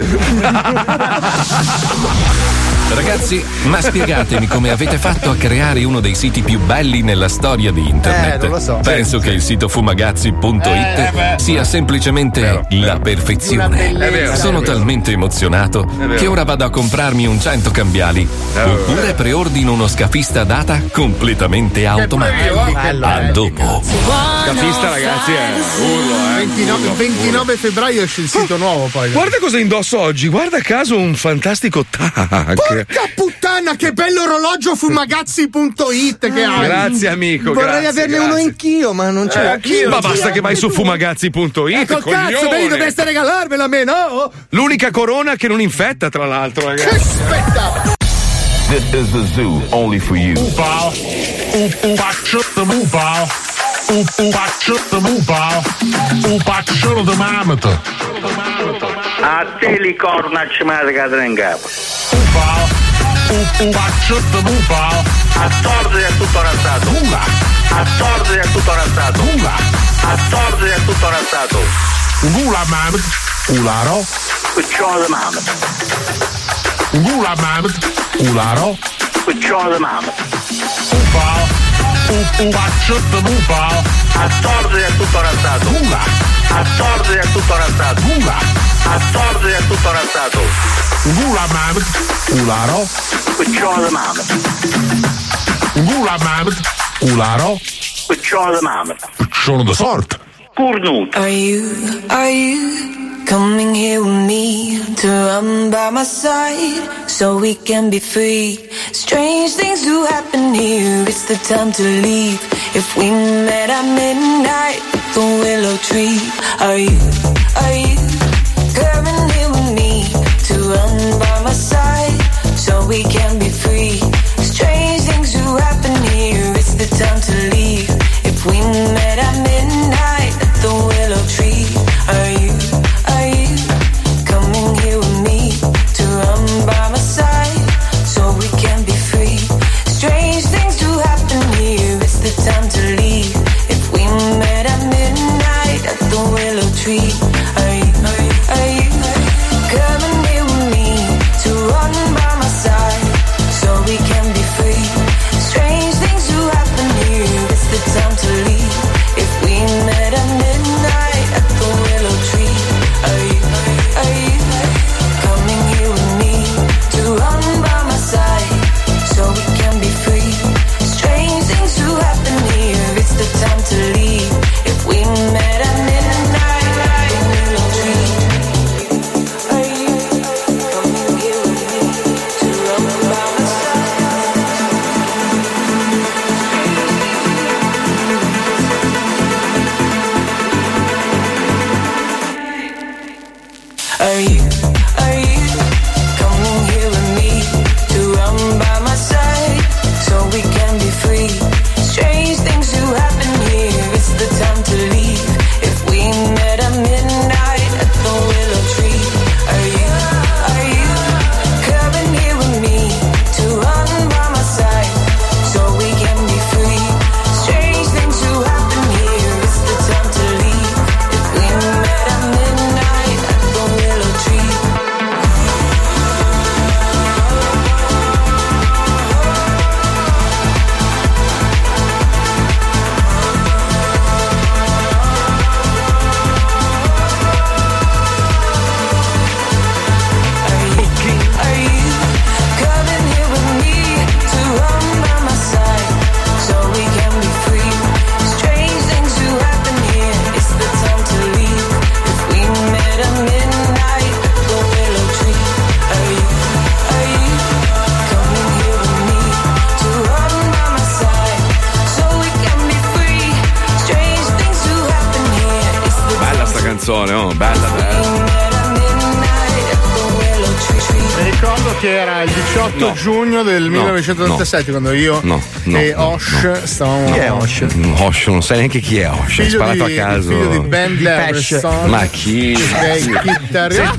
Ragazzi, ma spiegatemi come avete fatto a creare uno dei siti più belli nella storia di internet. Eh, non lo so. Penso che il sito fumagazzi punto it Eh, beh. sia semplicemente Vero, la perfezione. Una bellezza. Sono È vero. talmente emozionato vero. che ora vado a comprarmi un cento cambiali. Oppure preordino uno scafista data completamente automatico. bello, A bello. dopo. Scafista, ragazzi, è urlo, eh. ventinove, urlo, ventinove febbraio esce il sito nuovo poi. Guarda cosa indosso oggi, guarda caso un fantastico tac. Porca puttana, che bello orologio fumagazzi punto it che hai. Grazie amico, Vorrei grazie, averne grazie. uno anch'io, ma non c'è. Eh, anch'io. Ma basta che vai su fumagazzi punto it. Ecco cazzo, coglione. devi dovreste regalarmela a me, no? L'unica corona che non infetta, tra l'altro, ragazzi. Aspetta. This is the zoo, only for you. Oopal, oopaccio de moopal, oopaccio de moopal, oopaccio de mamata. A te li cornac marca in capo. Oopal, oopaccio de moopal. A torre è tutto razzato. Ula, A torre è tutto razzato. ula, A torre è tutto razzato. ula mamat, ularo, Cucciolo di mamma. ula mamat, ularo. Cucciolo di mamma. Oopal, oopaccio de moopal. A torre è tutto razzato. Ula, A torre è tutto razzato. ula, A torre è tutto razzato. ula mamat, ularo, Cucciolo di mamma. ula mamat, ularo. Cucciolo di mamma. Sono da sorte. Cornuto. Are you, are you coming here with me to run by my side so we can be free? Strange things do happen here, it's the time to leave. If we met at midnight at the willow tree, are you, are you coming here with me to run by my side so we can be free? Strange things do happen here, it's the time to leave. If we met at midnight at the willow tree, are you, are you coming here with me to run by my side so we can be free? Strange things do happen here, it's the time to leave. If we met at midnight at the willow tree, are you, are you coming here with me to run by my side so we can be free? Strange things do happen here, it's the time to leave. If we met at midnight at the willow tree, are you, are you coming here with me to run by my side so we can be free? Strange things do happen here, it's the time to leave. If we met at midnight at the willow tree, are you coming here with me to run by my side? Are you, are you coming here with me to run by my side so we can be free? Strange things do happen here, canzone, oh, bella, bella. Mi ricordo che era il diciotto No. giugno del No, millenovecentottantasette no. quando io No, no, e no, Osh no. stavamo. Chi è Osh? Osh, non sai neanche chi è Osh. Hai Figlio sparato di, a caso. figlio di Ben Leverson. Ma chi? Sei chitarrista.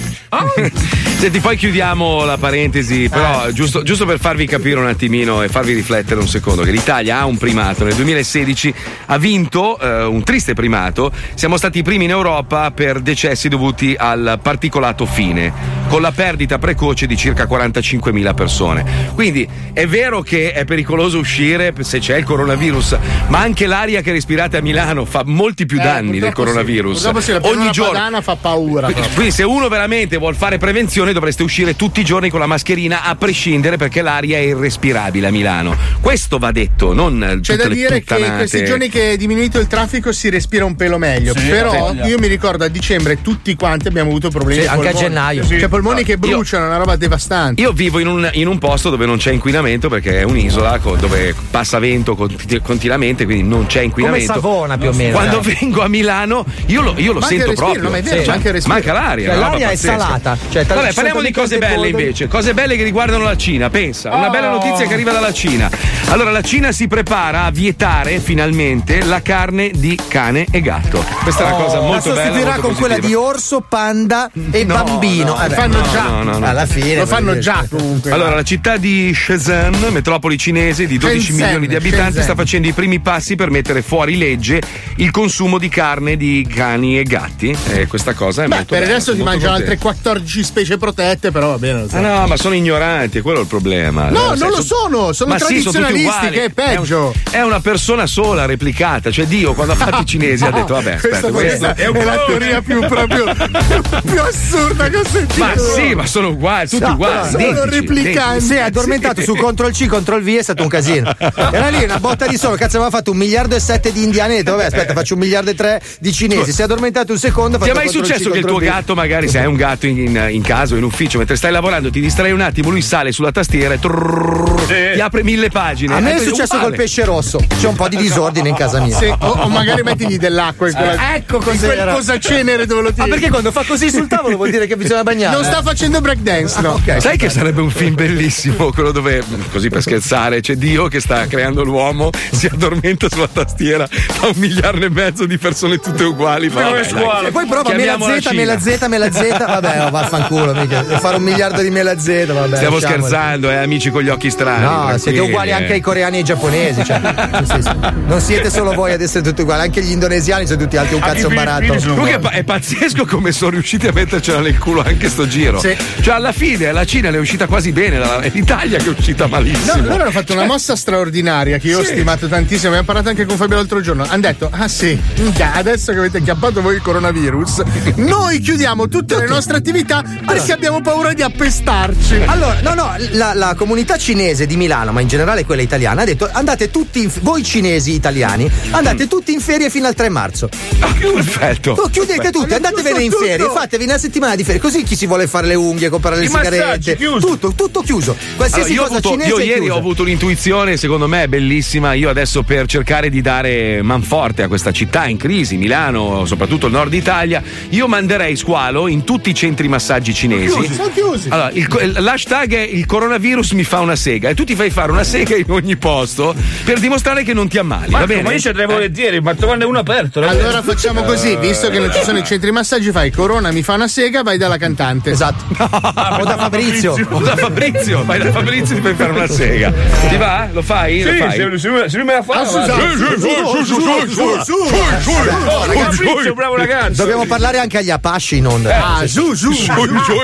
Senti, poi chiudiamo la parentesi, però Eh. giusto, giusto per farvi capire un attimino e farvi riflettere un secondo, che l'Italia ha un primato. Nel duemilasedici ha vinto eh, un triste primato. Siamo stati i primi in Europa per decessi dovuti al particolato fine, con la perdita precoce di circa quarantacinquemila persone. Quindi è vero che è pericoloso uscire se c'è il coronavirus, ma anche l'aria che respirate a Milano fa molti più Eh, danni del purtroppo sì. coronavirus. Purtroppo sì, la Ogni pianura giorno. padana fa paura. Quindi, quindi se uno veramente vuol fare prevenzione dovreste uscire tutti i giorni con la mascherina a prescindere, perché l'aria è irrespirabile a Milano. Questo va detto, non C'è tutte da le dire che puttanate. questi giorni che è diminuito il traffico si respira un pelo meglio. Sì, Però sì. io mi ricordo a dicembre tutti quanti abbiamo avuto problemi. Sì, ai anche a polmoni. gennaio. Cioè polmoni che Io- bruciano, una roba devastante. Io vivo in un, in un posto dove non c'è inquinamento, perché è un'isola co- dove passa vento conti- continuamente, quindi non c'è inquinamento. Come Savona, più o meno, Quando dai. vengo a Milano io lo, io lo Manca il sento respiro, proprio. no, ma è vero, Sì. manca il respiro. Manca l'aria. Cioè, una roba l'aria è pazzesca. salata. Cioè, tra- Vabbè, ci parliamo sono di delle cose cose belle bolde. invece, cose belle che riguardano la Cina. Pensa, una Oh. bella notizia che arriva dalla Cina. Allora, la Cina si prepara a vietare finalmente la carne di cane e gatto. Questa è una cosa La molto bella. sostituirà molto con quella positiva. di orso, panda e No, bambino. no, Vabbè, lo fanno no, già. no, no, no. Alla fine, lo fanno voglio già dire. comunque. Allora, la città di Shenzhen, metropoli cinese di dodici Shenzhen, milioni di abitanti, Shenzhen. sta facendo i primi passi per mettere fuori legge il consumo di carne di cani e gatti. E questa cosa è Beh, molto per bella, adesso sono ti molto mangiano contento. altre quattordici specie protette, però va bene. lo so. Ah no, ma sono ignoranti, è quello il problema. No, Sai, non lo sono, sono ma sì, sono tutti tradizionalisti, uguali. che è peggio. È, un- è una persona sola replicata, cioè Dio quando ha fatto i cinesi ha detto vabbè, questa, aspetta, questa questo è, la teoria più proprio più assurda che ho sentito. Ma sì, ma sono uguali, tutti No, uguali. sono identici, replicanti. identici. Si è addormentato su Ctrl C, Ctrl V, è stato un casino. Era lì una botta di sole, cazzo, aveva fatto un miliardo e sette di indiani. Ha detto, vabbè, aspetta, faccio un miliardo e tre di cinesi. Si è addormentato un secondo. ha Ti è fatto mai Ctrl C, successo che il Ctrl tuo V? gatto, magari se hai un gatto in, in, in casa o in ufficio, mentre stai lavorando, ti distrai un attimo, lui sale sulla tastiera e trrrr, ti apre mille pagine. A me è Eh, successo uguale. col pesce rosso. C'è un po' di disordine in casa mia. Sì, o, o magari mettigli dell'acqua in quella, Eh, ecco in quel cos'era. cosa cenere dove lo tiri. Ah, perché quando fa così sul tavolo vuol dire che bisogna bagnare? Non sta facendo breakdance, no? ok. Sai che sarebbe un film bellissimo, quello dove, così per scherzare, c'è Dio che sta creando l'uomo, si addormenta sulla tastiera, fa un miliardo e mezzo di persone tutte uguali. Fa, vabbè, dai. E poi prova mela Chiamiamola Z, Cina. mela Z, mela Z. Vabbè, oh, vaffanculo, mica. Devo fare un miliardo di mela Z, vabbè. Stiamo lasciamoli. scherzando, eh, amici con gli occhi strani. No, tranquilli, siete uguali eh. anche ai coreani e ai giapponesi. Cioè, nel senso, non siete solo voi ad essere tutti uguali, anche gli indonesiani sono tutti altri un cazzo barato. Comunque è, pa- è pazzesco come sono riusciti a mettercela nel culo anche sto giro. Sì. Cioè, alla fine la Cina ne è uscita quasi bene, la- è l'Italia che è uscita malissimo. No, loro hanno fatto una mossa straordinaria che io ho Sì. stimato tantissimo. Abbiamo parlato anche con Fabio l'altro giorno. Hanno detto: ah sì, minchia, adesso che avete acchiappato voi il coronavirus, noi chiudiamo tutte le nostre attività perché abbiamo paura di appestarci. Allora, no, no, la, la comunità cinese di Milano, ma in generale quella italiana, ha detto andate tutti, in, voi cinesi italiani, andate tutti in ferie fino al tre marzo. Perfetto. Oh, chiudete tutti, andatevene in ferie, fatevi una settimana di ferie, così chi si vuole fare le unghie, comprare le I massaggi, sigarette, chiuso. tutto, tutto chiuso. Qualsiasi Allora, io ho cosa avuto- cinese io è ieri chiusa. ho avuto un'intuizione, secondo me è bellissima. Io adesso, per cercare di dare manforte a questa città in crisi, Milano, soprattutto il nord Italia, io manderei squalo in tutti i centri massaggi cinesi. Chiusi, sono chiusi. Allora, il, il- l'hashtag è il coronavirus mi fa una sega e tu ti fai fare una sega in ogni posto per dimostrare che non ti ammali. va Marco, bene? ma io ci andrei volentieri, ma trovane uno aperto. no? Allora facciamo così, visto che non ci sono i centri massaggi, fai Corona mi fa una sega, vai dalla cantante. Esatto. o da Fabrizio. O da Fabrizio, vai da Fabrizio e ti fai fare una sega. Ti va? Lo fai? Sì, Lo fai? se, se lui, se lui me la fa. Ah, va. Susanna, Sì, sì, sì, sì, sì, sì, sì, sì. Oh, ragazzi, è un bravo ragazzo. Dobbiamo parlare anche agli Apache in onda. Ah, su, su, su.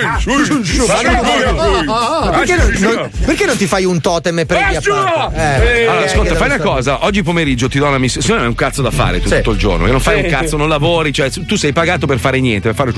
Perché non, non- perché non ti fai un totem e prendi a parte? Eh, Allora, eh, ascolta, che fai non una so. cosa. Oggi pomeriggio ti do una missione. Se no è un cazzo da fare tu, Sì. tutto il giorno. Che non fai Sì. un cazzo, non lavori. Cioè, tu sei pagato per fare niente. Per fare.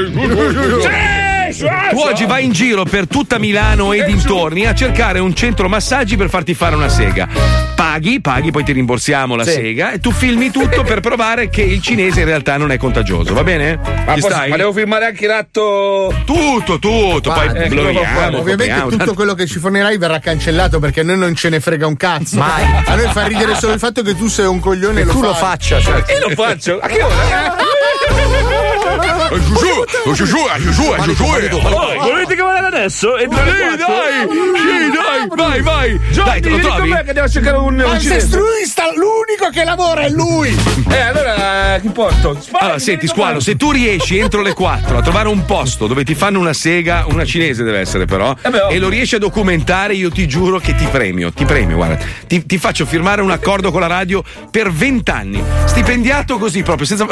Tu oggi vai in giro per tutta Milano e dintorni a cercare un centro massaggi per farti fare una sega. Paghi, paghi, poi ti rimborsiamo la Sì. sega e tu filmi tutto per provare che il cinese in realtà non è contagioso, va bene? Ma, Ci posso- stai? ma devo filmare anche l'atto. Tutto, tutto, poi Guarda, bluriamo, Ovviamente copriamo. tutto quello che ci fornirai verrà cancellato perché a noi non ce ne frega un cazzo. Mai. A noi fa ridere solo il fatto che tu sei un coglione e Che lo tu lo fai. faccia, cioè. Io lo faccio. A che ora? Volete che vada adesso? E dai, dai, sì, dai, vai, vai. Dai, te lo trovi? Che devo cercare un. Ma se lui sta, l'unico che lavora è lui. Eh, allora chi porto? Allora, senti, Squalo, se tu riesci entro le quattro a trovare un posto dove ti fanno una sega, una cinese deve essere però, e lo riesci a documentare, io ti giuro che ti premio, ti premio, guarda. Ti, ti faccio firmare un accordo con la radio per vent'anni. Stipendiato così proprio, senza.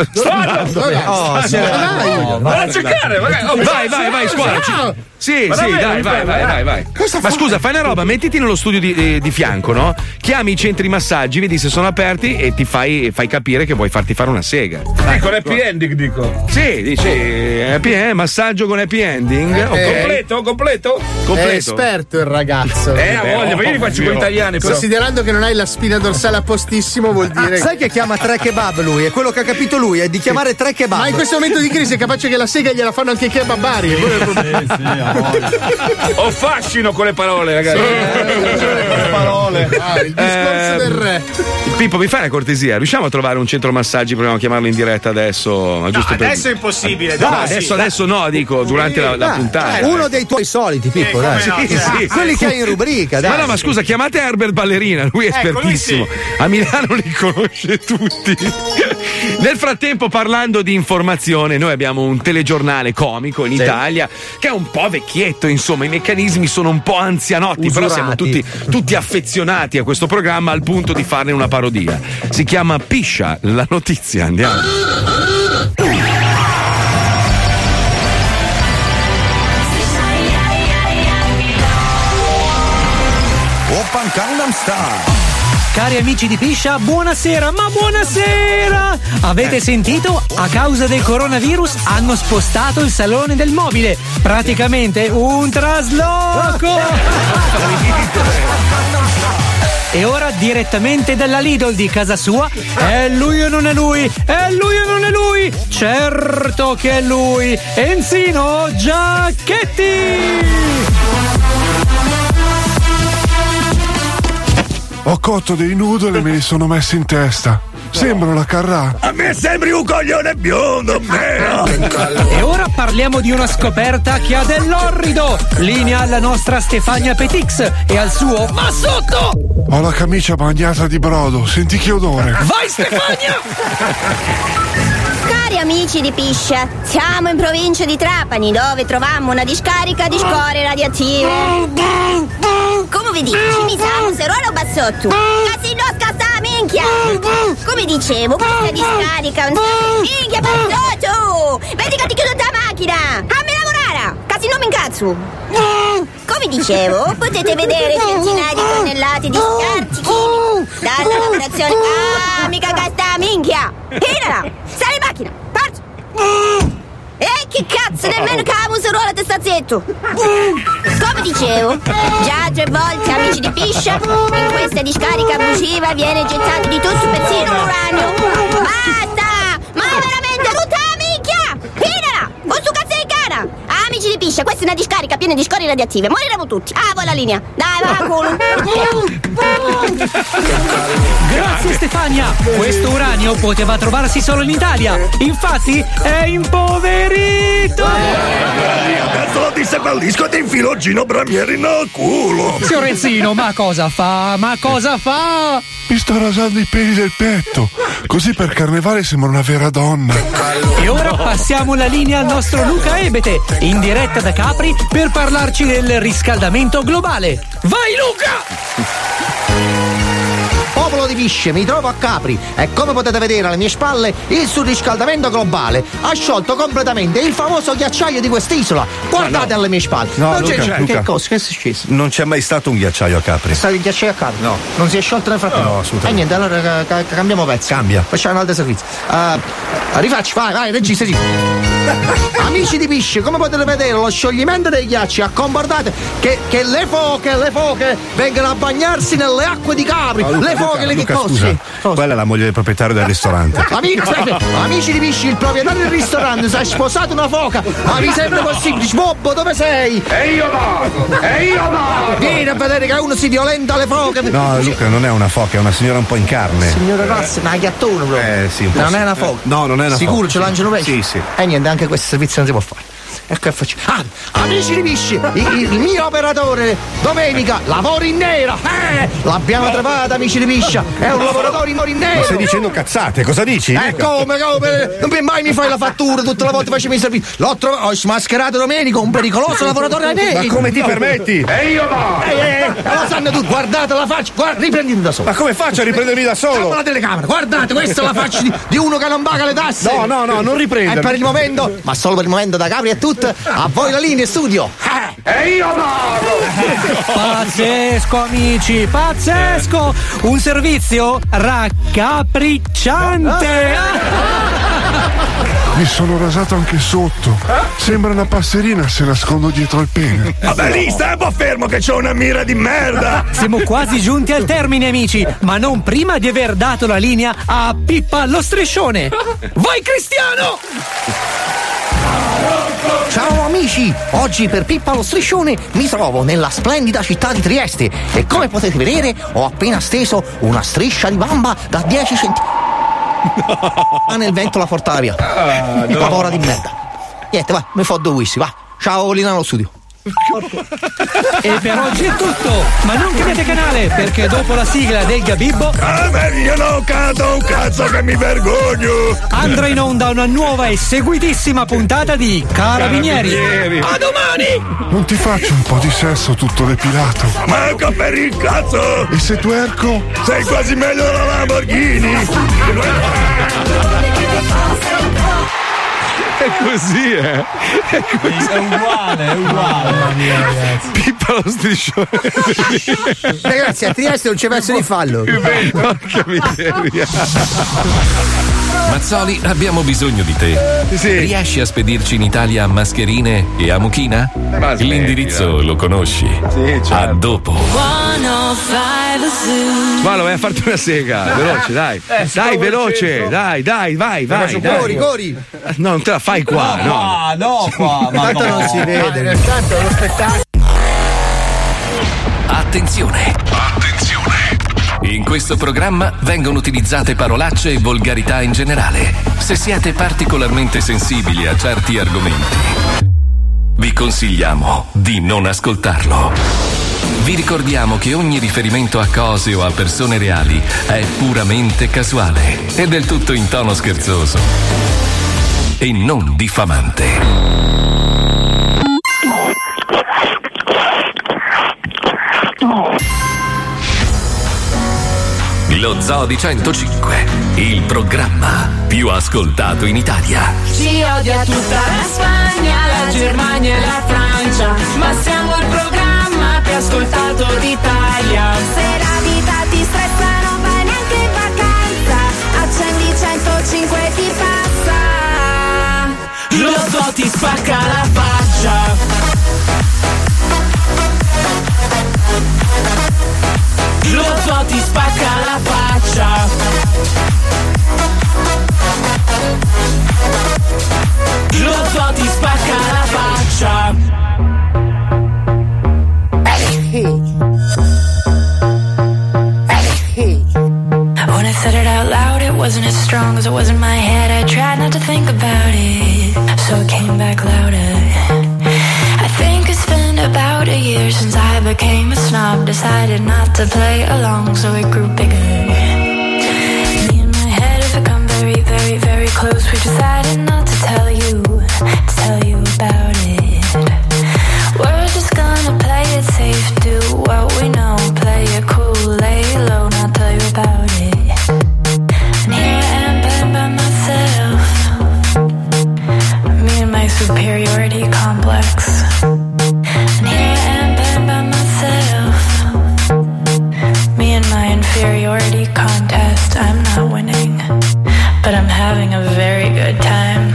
Vai a cercare, vai, vai, vai, Squalo. Sì, Ma sì, davvero, dai, mi vai, fai, vai, vai. vai, vai. Cosa Ma fai? scusa, fai una roba, mettiti nello studio di, eh, di fianco, no? Chiami i centri massaggi, vedi se sono aperti e ti fai, fai capire che vuoi farti fare una sega. Dai, con happy ending dico. Sì, dici happy end, massaggio con happy ending. Eh, ok. Completo, completo? Completo. È esperto il ragazzo. Eh, ha voglia, ma io li faccio con italiani. Però. Considerando che non hai la spina dorsale a postissimo, vuol dire. Ah, sai che chiama tre kebab lui? È quello che ha capito lui, è di chiamare tre kebab. Ma in questo momento di crisi è capace che la sega gliela fanno anche i kebabari. Ho fascino con le parole, ragazzi. Le parole. Ah, il discorso Eh, del re. Pippo, mi fai una cortesia? Riusciamo a trovare un centro massaggi? Proviamo a chiamarlo in diretta adesso. Ma giusto per- Adesso è impossibile. No, dai, adesso, sì. adesso no, dico, durante la, la Dai, puntata. eh, uno dei tuoi soliti, Pippo, Eh, dai. come no, Sì, sì. sì, quelli che hai in rubrica, dai. Ma no, ma scusa, chiamate Herbert Ballerina, lui è Ecco, lui espertissimo. sì. A Milano li conosce tutti. Nel frattempo, parlando di informazione, noi abbiamo un telegiornale comico in Sì. Italia che è un po' vecchietto, insomma, i meccanismi sono un po' anzianotti, però Usurati. siamo tutti, tutti affezionati a questo programma al punto di farne una parodia. Si chiama Piscia, la notizia, andiamo. Oppan Gangnam Style. Cari amici di Piscia, buonasera, ma buonasera! Avete sentito? A causa del coronavirus hanno spostato il salone del mobile. Praticamente un trasloco! E ora direttamente dalla Lidl di casa sua, è lui o non è lui? È lui o non è lui? Certo che è lui! Enzino Giacchetti! Ho cotto dei noodle e me li sono messi in testa. Sembra una carrà. A me sembri un coglione biondo, meno. E ora parliamo di una scoperta che ha dell'orrido. Linea alla nostra Stefania Petix e al suo Ma sotto! Ho la camicia bagnata di brodo, senti che odore. Vai Stefania! Cari amici di Piscia, siamo in provincia di Trapani dove trovammo una discarica di scorie radioattive. Come vi dici, mi sa un seruolo bassotto. Casi non scassa minchia! Come dicevo, questa discarica un minchia bassotto! Vedi che ti chiudo da macchina! Fammi lavorare! Casi non mi incazzo! Come dicevo, potete vedere centinaia di tonnellate di scarti chimici dalla lavorazione. Ah, mica casta minchia! Pirala! Sali in macchina! Parti! E che cazzo, nemmeno che avevo un seruolo te sta zitto! Come dicevo, già tre volte amici di Piscia, in questa discarica abusiva viene gettato di tutto, persino l'uranio! Basta! Ma è veramente tutta la minchia! Pirala! Con su cazzo di cara! Amici di Piscia, questa è una discarica piena di scorie radioattive, moriremo tutti! Ah, voi la linea! Dai, va, culo! Grazie Stefania! Questo uranio poteva trovarsi solo in Italia. Infatti è impoverito! Adesso lo disseppellisco e ti infilo Gino Bramieri nel culo. Signor Enzino, ma cosa fa? Ma cosa fa? Mi sto rasando i peli del petto. Così per carnevale sembra una vera donna. E ora passiamo la linea al nostro Luca Ebete, in diretta da Capri per parlarci del riscaldamento globale. Vai Luca! Popolo di Pisce, mi trovo a Capri e come potete vedere alle mie spalle il surriscaldamento globale ha sciolto completamente il famoso ghiacciaio di quest'isola. Guardate No, no. alle mie spalle. No, non Luca, c'è Luca. che cosa? Che è successo? Non c'è mai stato un ghiacciaio a Capri. È stato il ghiacciaio a Capri? No. Non si è sciolto nel frattempo? No, assolutamente. E niente, allora ca- ca- cambiamo pezzo. Cambia. Facciamo un altro servizio. Uh, rifacci, vai, vai, regista, sì. Amici di Pisce, come potete vedere, lo scioglimento dei ghiacci ha comportato che, che le foche, le foche vengano a bagnarsi nelle acque di Capri. Ah, Luca, le foche, Luca, Quelle che Luca, cose? scusa, Cosa? quella è la moglie del proprietario del ristorante. Amici, aspetta, amici di Pisci, il proprietario del ristorante si è sposato una foca. Ma mi sembra possibile? Sbobbo, dove sei? E io vado! E io vado! Vieni a vedere che uno si violenta alle foche. No, Luca, non è una foca, è una signora un po' in carne. Signora Ross, una ghiattona proprio. Eh sì, un po' Non sì. è una foca. No, non è una Sicuro, foca. ce lanciano pesce? Sì, sì. E niente, anche questo servizio non si può fare. E che faccio? Ah, amici di Pisci, il, il mio operatore Domenica lavora in nera. Eh, l'abbiamo trovato, amici di Piscia. È un lavoratore in in nero. Ma stai dicendo cazzate, cosa dici? Eh come, come? Non mai mi fai la fattura, tutte le volte facevi il servizio. L'ho trovato, ho smascherato Domenico, un pericoloso lavoratore nero. Ma come ti permetti? E io vado! Eh, eh, eh, lo sanno tutti, guardate la faccia, guarda, riprenditi da solo. Ma come faccio a riprendermi da solo? Con la telecamera, guardate, questa è la faccia di, di uno che non paga le tasse. No, no, no, non riprendere. E per il momento, ma solo per il momento da Capri è tutto, a voi la linea studio. E io vado! Pazzesco, amici, pazzesco! Un servizio raccapricciante! Mi sono rasato anche sotto. Sembra una passerina se nascondo dietro il pene. Vabbè, lì stai un po' fermo che c'ho una mira di merda! Siamo quasi giunti al termine, amici, ma non prima di aver dato la linea a Pippa lo striscione. Vai, Cristiano! Ciao amici, oggi per Pippa lo striscione mi trovo nella splendida città di Trieste e come potete vedere ho appena steso una striscia di bamba da dieci centimetri. No. Nel vento la portava via. Ah, no. Pavora di merda. Niente, va, mi fo due whisky, va. Ciao Lina allo studio. E per oggi è tutto, ma non cambiate canale perché dopo la sigla del Gabibbo ah, meglio non canto un cazzo che mi vergogno. andrà in onda una nuova e seguitissima puntata di Carabinieri. Carabinieri. A domani! Non ti faccio un po' di sesso tutto depilato? Manco per il cazzo! E se twerco? Sei quasi meglio della Lamborghini! È così, eh. È così. È uguale, è uguale. Pippa lo striscione. Ragazzi, a Trieste non c'è verso di fallo. Porca miseria. Mazzoli, abbiamo bisogno di te. Sì. Riesci a spedirci in Italia a mascherine e a mucchina? Ma l'indirizzo lo conosci. Sì, certo. A dopo. Ma lo vai a farti una sega, veloce, dai. Eh, dai, veloce, dai, dai, vai, vai. dai. Cori, cori. No, non te la fai qua, no. Ah, no, qua. Ma Tanto no. non si vede. Nel tanto è lo spettacolo. Attenzione! Attenzione! In questo programma vengono utilizzate parolacce e volgarità in generale. Se siete particolarmente sensibili a certi argomenti, vi consigliamo di non ascoltarlo. Vi ricordiamo che ogni riferimento a cose o a persone reali è puramente casuale e del tutto in tono scherzoso e non diffamante. Lo Zoo di centocinque, il programma più ascoltato in Italia. Ci odia tutta la Spagna, la Germania e la Francia, ma siamo il programma più ascoltato d'Italia. Se la vita ti stressa non vai neanche in vacanza, accendi centocinque ti passa. Lo Zoo ti spacca la faccia. Lo Zoo ti spacca la faccia. Lo Zoo ti spacca la faccia. When I said it out loud, it wasn't as strong as it was in my head. I tried not to think about it, so it came back louder. I think it's been about a year since I became a snob. Decided not to play along, so it grew bigger. Me and my head have become very, very, very close. We decided not to tell you, to tell you about it. We're just gonna play it safe, do what we know, play it cool, lay low, not tell you about it. And here I am, been by myself. Me and my superiority complex. And here I am, been by myself. Me and my inferiority contest. I'm not winning, but I'm having a very good time.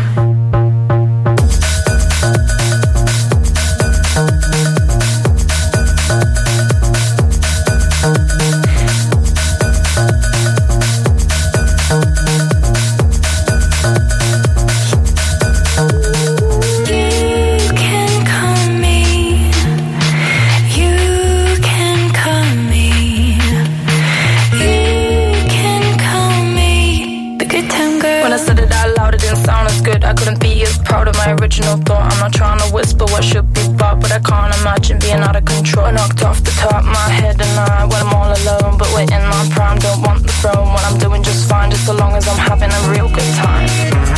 my original thought. I'm not trying to whisper what should be bought, but I can't imagine being out of control. Knocked off the top of my head and I, when I'm all alone, but waiting on prime, don't want the throne. When I'm doing just fine, just so long as I'm having a real good time.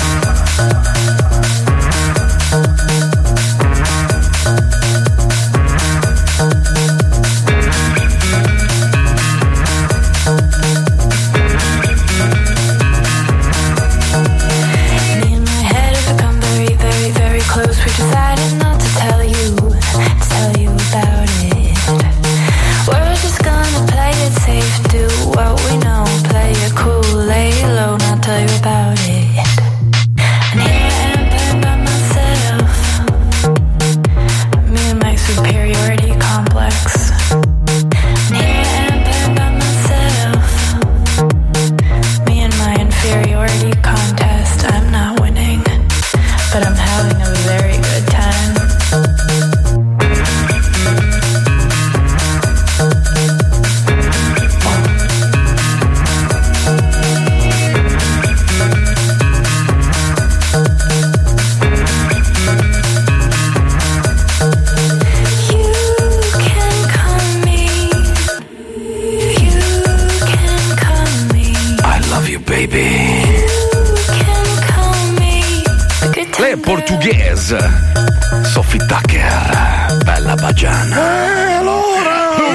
Sophie Tucker, bella bagiana. Eh, allora!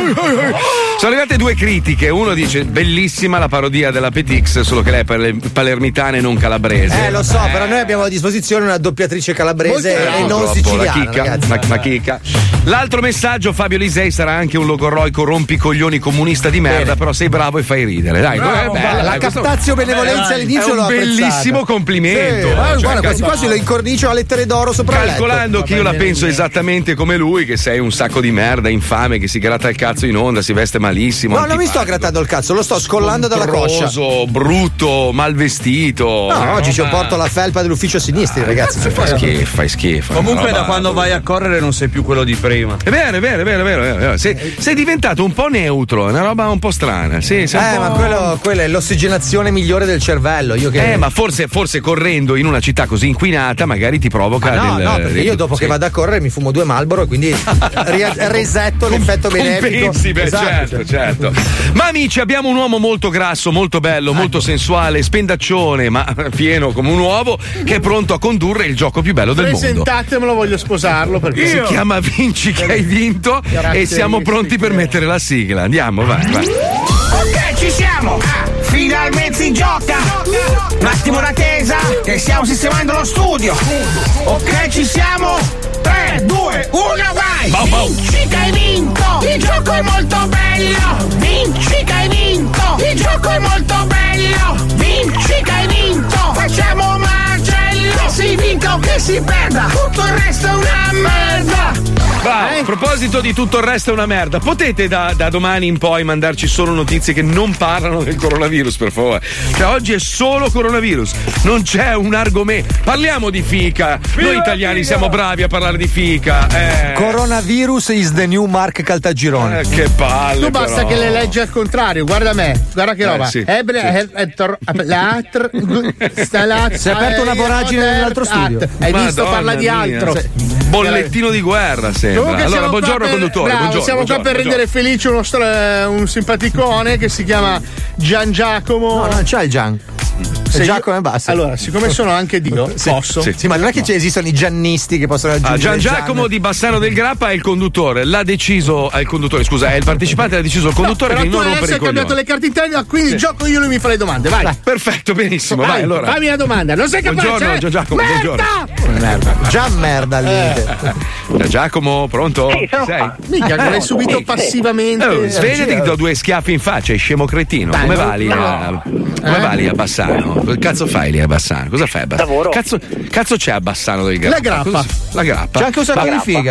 Sono arrivate due critiche. Uno dice bellissima la parodia della Petix, solo che lei è pal- palermitana e non calabrese. Eh, lo so, eh. però noi abbiamo a disposizione una doppiatrice calabrese eh, e non la siciliana. chicca, Ragazzi. ma, ma chicca. L'altro messaggio, Fabio Lisei sarà anche un logorroico rompicoglioni comunista di merda, Bene. però sei bravo e fai ridere. Dai, Bravo, è bella, la dai, captazio benevolenza dai, all'inizio è un l'ho bellissimo apprezzato. complimento. Sì, cioè, guarda, cal- quasi quasi lo incornicio a lettere d'oro sopra il letto. Calcolando che io la penso esattamente come lui, che sei un sacco di merda, infame, che si gratta il cazzo in onda, si veste malissimo. No, non mi sto grattando il cazzo, lo sto scollando dalla coscia. Brutto, mal vestito. No, oggi ci porto la felpa dell'ufficio sinistri, ragazzi. Fai schifo, fai schifo. Comunque, roba... da quando vai a correre non sei più quello di prima. È vero, è vero, è vero, è vero. È vero. Sei, sei diventato un po' neutro, è una roba un po' strana. Sì, sei eh, un po'... ma quello, quella è l'ossigenazione migliore del cervello. Io che... Eh, ma forse, forse correndo in una città così inquinata, magari ti provoca. Ma no, del, no, perché io dopo sì. che vado a correre mi fumo due Marlboro e quindi resetto l'effetto benefico. Compensi, beh, esatto, certo, certo. Ma amici, abbiamo un uomo molto grasso, molto bello, molto sensuale, spendaccione, ma pieno come un uovo, che è pronto a condurre il gioco più bello del mondo. Presentatemelo, voglio sposarlo perché Si chiama Vinci che hai vinto e siamo pronti per mettere la sigla. Andiamo, vai, vai. Ok, ci siamo! Ah, finalmente si gioca! Un attimo d'attesa, che stiamo sistemando lo studio! Ok, ci siamo! tre, due, uno, vai! Bau, bau. Vinci che hai vinto! Il gioco è molto bello! Vinci che hai vinto! Il gioco è molto bello! Vinci che hai vinto! Facciamo macello! Che si vinca o che si perda! Tutto il resto è una merda! Va, a proposito di tutto il resto è una merda, potete da, da domani in poi mandarci solo notizie che non parlano del coronavirus, per favore. Cioè oggi è solo coronavirus, non c'è un argomento. Parliamo di fica. Noi italiani siamo bravi a parlare di fica. Eh. Coronavirus is the new Mark Caltagirone. Eh, che palle. Tu basta però. che le leggi al contrario, guarda me, guarda che Eh, roba. sì, Ebre, sì. eh, eh, tor- la- tr- sta la- Si è aperta una eh, voragine eh, nell'altro studio. Hai visto, Madonna parla di mia. altro. Sì. Bollettino di guerra sembra. Comunque Allora, siamo qua buongiorno per- conduttore, bravo, buongiorno. siamo buongiorno, qua per rendere felice uno stra- un simpaticone che si chiama Gian Giacomo. No, non c'è il Gian. Se È io- Giacomo e basta. Allora, siccome sono anche Dio, Sì, posso. Sì, sì, ma non è che ci esistono i giannisti che possono Ah, aggiungere Gian il Giacomo Gian. di Bassano del Grappa è il conduttore, l'ha deciso, è il conduttore, scusa, è il partecipante, l'ha deciso il conduttore No, che però non tu rompere adesso i hai cambiato coglioni. le carte interne, quindi Sì. gioco io, lui mi fa le domande, vai. Dai, perfetto, benissimo, vai, Vai, allora. fammi una domanda, non sei capace? Buongiorno, eh? Gian Giacomo, Merda! Merda. Già merda al limite. Gian Giacomo, pronto? Sì, sono Sei? qua. Minchia, Eh, l'hai subito sì, passivamente. Oh, svegliati che Eh, ti do due schiaffi in faccia, è scemo cretino. Dai, come no, va lì no. a, come Eh? va lì a Bassano? Che cazzo fai lì a Bassano? Cosa fai a Bassano? Lavoro. Cazzo, cazzo c'è a Bassano del Grappa? La grappa. Cosa- La grappa. C'è anche un sacco La di grappa. figa.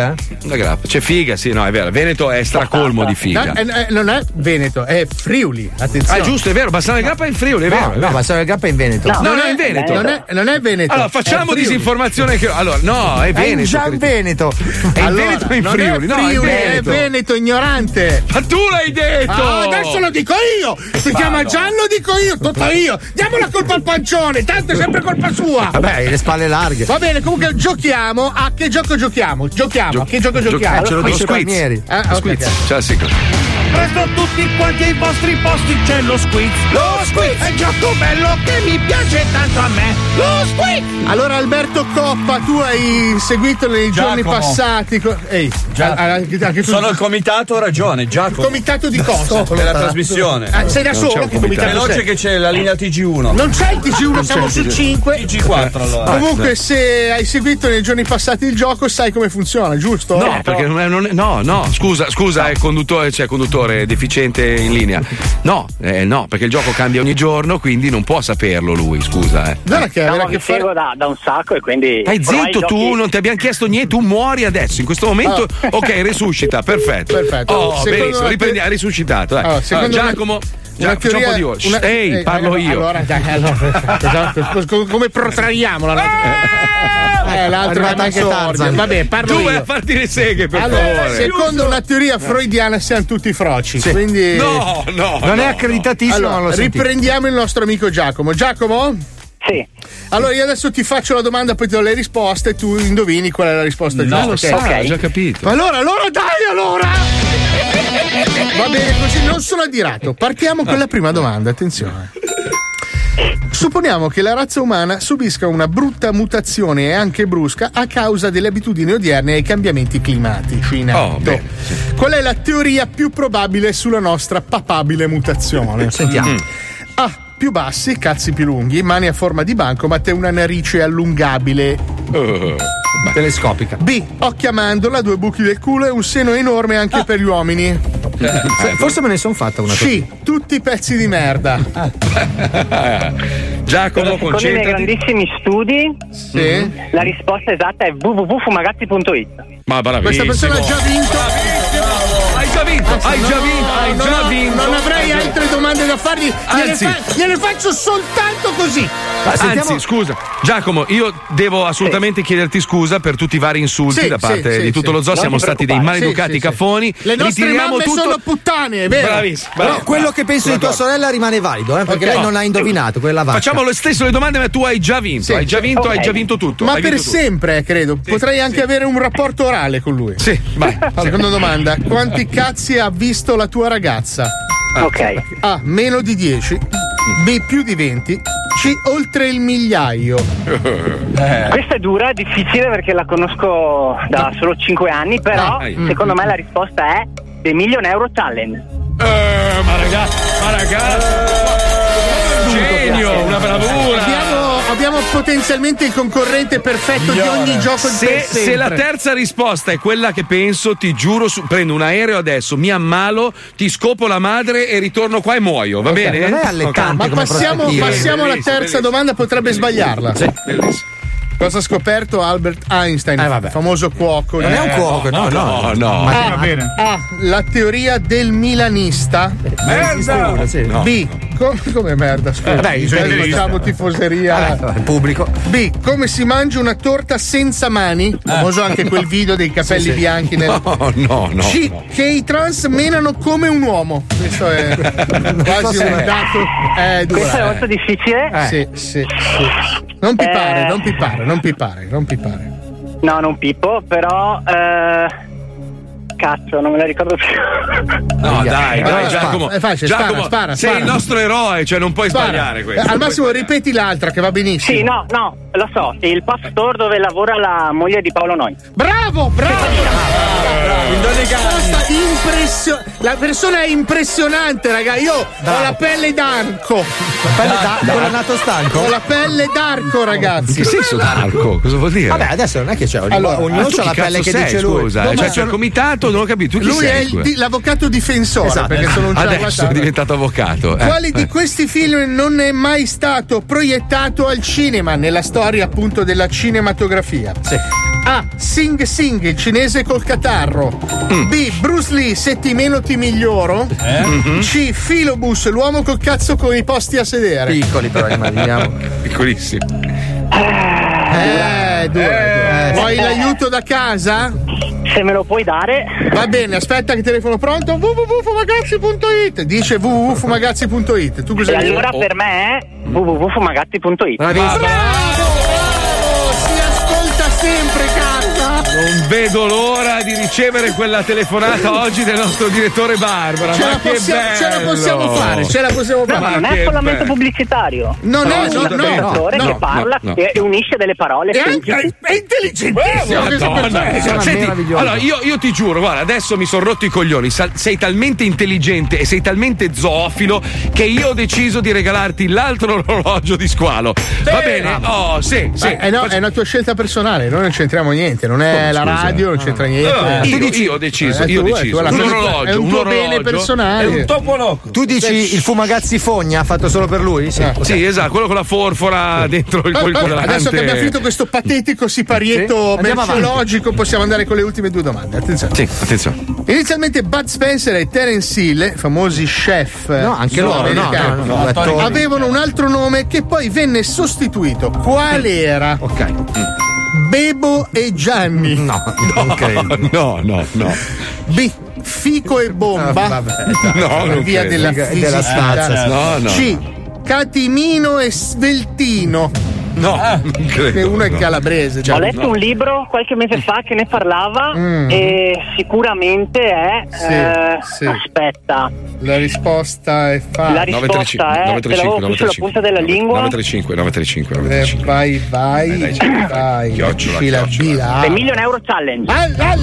La grappa. C'è figa, sì, no, è vero. Veneto è stracolmo di figa. No, eh, non è Veneto, è Friuli. Attenzione. Ah, giusto, è vero. Bassano del Grappa è in Friuli, è vero. No, è vero. no, Bassano del Grappa è in Veneto. No, no, non è in Veneto. Non è, non è Veneto. Allora, facciamo disinformazione. Che... Allora, no, è Veneto. È già in Veneto. È in allora, Veneto o in non Friuli? È No, Friuli, è Veneto. È Veneto, ignorante. Ma tu l'hai detto! Ah, adesso lo dico io! Si Ma chiama no. Gianno, dico io, tutto io! Diamo la colpa al pancione, tanto è sempre colpa sua! Vabbè, le spalle larghe. Va bene, comunque giochiamo. A che gioco giochiamo? Giochiamo, Gio- a che gioco gio- giochiamo? eh, ce lo Lo dico squiz. squiz. Ah, ok. Squiz. C'è la sigla. Presto tutti quanti ai vostri posti, c'è lo squiz. Lo squiz è il gioco bello che mi piace tanto a me. Lo squiz! Allora, Alberto Coppa, tu hai seguito nei giorni Giacomo. passati. co- Ehi, Gia- a- anche, anche tu. Sono il comitato, ho ragione, Giacomo. Comitato di cosa? Della trasmissione. Eh, sei da Non solo? c'è un Che comitato. comitato Veloce sei? che c'è la linea T G uno. Non c'è il T G uno, Non siamo c'è su il T G. cinque. T G quattro allora. Comunque, se hai seguito nei giorni passati il gioco, sai come funziona, giusto? No, perché non è, non è- no, no, scusa, scusa, è conduttore, cioè conduttore deficiente in linea. No, eh, no, perché il gioco cambia ogni giorno, quindi non può saperlo lui, scusa, eh. Guarda che No, aveva ma a che vi fare. seguo da, da un sacco e quindi. Stai ormai zitto i tu, giochi- non ti abbiamo chiesto niente, tu muori adesso, in questo momento. Ah. Ok, resuscita, perfetto. Perfetto. Oh, Secondo benissimo, una riprendiamo, ha risuscitato. Dai. Allora, secondo Allora, una- Giacomo, Una Giacomo, facciamo un po' di voce. una- Ehi, eh, parlo io. Allora, dai, allora, esatto, co- come protraiamo la eh, l'altro Arrivata è anche sorge. Tarzan. Vabbè, parlo Tu vai io. a farti le seghe, per Allora, favore. secondo una teoria freudiana siamo tutti froci, quindi No, no. Non no, è accreditatissimo, allora, ma lo senti. riprendiamo il nostro amico Giacomo. Giacomo? Sì. Allora io adesso ti faccio la domanda, poi ti do le risposte e tu indovini qual è la risposta No, giusta. lo ok? sa, Ok. ho già capito. Allora, allora dai, allora! Va bene, così non sono addirato. Partiamo con la prima domanda, attenzione. Supponiamo che la razza umana subisca una brutta mutazione e anche brusca a causa delle abitudini odierne e ai cambiamenti climatici in Oh, atto. bene, Qual è la teoria più probabile sulla nostra papabile mutazione? Sentiamo. A. Più bassi, cazzi più lunghi, mani a forma di bancomat e una narice allungabile. Uh, Telescopica. B. Occhi a mandorla, due buchi del culo e un seno enorme anche per gli uomini. Forse me ne sono fatta una così. C. Tutti pezzi di merda. Giacomo, Secondo i miei concentrati. grandissimi studi, Sì. la risposta esatta è w w w punto fumagazzi punto it. Ma bravissimo. Questa persona ha già vinto. Hai già vinto, hai già vinto, hai Non già ho- vinto. Non avrei altre domande da fargli. Gliele, Anzi. fa- gliele faccio soltanto così. Anzi, scusa, Giacomo, io devo assolutamente chiederti scusa per tutti i vari insulti Sì, da parte sì, di sì, tutto sì. lo zoo. Non Siamo ti stati dei preoccupare. maleducati Sì, sì, sì. cafoni. Le nostre Ritiriamo mamme tutto. sono puttane, è vero? Bravissimo. Però bravo. quello che penso di tua D'accordo. sorella rimane valido, eh, perché Ok. lei non ha indovinato quella vacca. Facciamo lo stesso le domande, ma tu hai già vinto. Sì. Hai già vinto, Ok. hai già vinto tutto. Ma hai per vinto tutto. sempre, eh, credo. Potrei anche avere un rapporto orale con lui. Sì, vai. Seconda domanda: quanti cazzi ha visto la tua ragazza? Ok. A. Meno di dieci. B. Più di venti. C. Oltre il migliaio. Questa è dura, è difficile perché la conosco da solo cinque anni, però Dai. secondo me la risposta è The Million Euro Challenge. Eh, ma ragazzi, ma ragazzi. Genio, una bravura. Abbiamo, abbiamo potenzialmente il concorrente perfetto di ogni gioco di Se, per se la sempre. terza risposta è quella che penso, ti giuro, su- prendo un aereo adesso, mi ammalo, ti scopo la madre e ritorno qua e muoio, va bene? non è allettante Ok. Ma come passiamo, prospettiva. passiamo alla Bellissimo, terza bellissimo. domanda, potrebbe sbagliarla. Sì, bellissimo. Cosa ha scoperto Albert Einstein, Eh, vabbè. famoso cuoco? Non è un cuoco, no, no. No, no. A, va bene. A, la teoria del milanista. Merda! Sì. No. B, com- come merda, scusa. Dai, Dai, giornalista. facciamo tifoseria. Ah, il pubblico. B, come si mangia una torta senza mani. Famoso anche quel video dei capelli bianchi nel... No, no, no. C, che i trans menano come un uomo. Questo è quasi se- un dato. Eh, dura. Questa è molto difficile. Sì, sì, sì. Non pipare, Eh. non pipare, non pipare, non pipare. No, non Pippo, però. Eh, cazzo, non me la ricordo più. No, dai, Allora, dai, Giacomo. spara, è facile, Giacomo, spara, spara, sei spara. il nostro eroe, cioè non puoi Spara. sbagliare questo. Eh, al massimo ripeti l'altra che va benissimo. Sì, no, no, lo so. Il pub store dove lavora la moglie di Paolo Noi. Bravo, bravo! Costa impressio- la persona è impressionante, raga. Io ho la pelle d'arco. La pelle d'arco? Quello nato stanco? Ho la pelle d'arco, ragazzi. In che senso d'arco? Cosa vuol dire? Vabbè, adesso non è che c'è ognuno, Allora, ognuno tu ha la chi pelle cazzo che sei, dice lui. scusa, No, cioè ma c'è il sono- comitato, non ho capito. Tu chi Lui sei? è il scusa? di- l'avvocato difensore, Esatto. perché sono un Adesso ciarlatano. è diventato avvocato. eh. Quali di questi film non è mai stato proiettato al cinema nella storia appunto della cinematografia? Sì. A. Sing Sing, il cinese col catarro. B. Bruce Lee, se ti meno ti miglioro. C. Philobus, l'uomo col cazzo con i posti a sedere. Piccoli però immaginiamo. Piccolissimi. Eh, duro, Eh, duro. Vuoi eh. l'aiuto da casa? Se me lo puoi dare. Va bene, aspetta che telefono pronto. w w w punto fumagazzi punto it. Dice w w w punto fumagazzi punto it. Tu cosa E dici? allora per me è w w w punto fumagazzi punto it. Bravo! Si ascolta sempre, cazzo! Non vedo l'ora di ricevere quella telefonata oggi del nostro direttore Barbara. Ce ma la, che possiamo, ce la bello! possiamo fare, ce la possiamo No, fare. ma non che è solamente bello. pubblicitario. Non è è, un no, no, ascoltatore no, che no, parla no. e, e unisce delle parole E anche semplici. è intelligentissimo. questa Madonna, persona. eh, Sono senti, meraviglioso. allora io, io ti giuro, guarda, adesso mi sono rotto i coglioni. Sa- sei talmente intelligente e sei talmente zoofilo che io ho deciso di regalarti l'altro orologio di squalo. Va bene? Oh, sì, sì. Eh, eh no, è una tua scelta personale, noi non c'entriamo niente, non è Come, la scusa? radio, non c'entra niente. Eh, Tu io, dici- io ho deciso, Eh, io ho tu, è deciso. tua- Un è orologio, un un tuo orologio. bene personale. È un topo loco. Tu dici il Fumagazzi Fogna fatto solo per lui? Sì. Eh. Sì, esatto, quello con la forfora dentro il Vabbè, quadrante. adesso che abbiamo finito questo patetico siparietto Sì. Andiamo merceologico, possiamo andare con le ultime due domande. Attenzione. Sì, attenzione. Inizialmente Bud Spencer e Terence Hill, famosi chef, No, anche no, loro, no, americani, no, no, no, attori. avevano un altro nome che poi venne sostituito. Qual era? Ok. Bebo e Gianni. No, non credo. No, no, no. B. Fico e Bomba. Ah, vabbè, No, non via credo. della Della fisicità. stazza, sì. No, no. C. Catimino e Sveltino. No, non credo. Che uno è no. calabrese. Ho Gianni. letto un libro qualche mese fa che ne parlava Mm. e sicuramente è Sì, eh, sì. aspetta, La risposta è la facile. risposta è te l'avevo qui sulla punta della lingua. nove tre cinque, nove tre cinque, nove tre Eh, cinque. vai, vai, Dai, dai, dai. vai. Chiocciola, Dici la chiocciola. B, la A. The Million Euro Challenge. All'alla,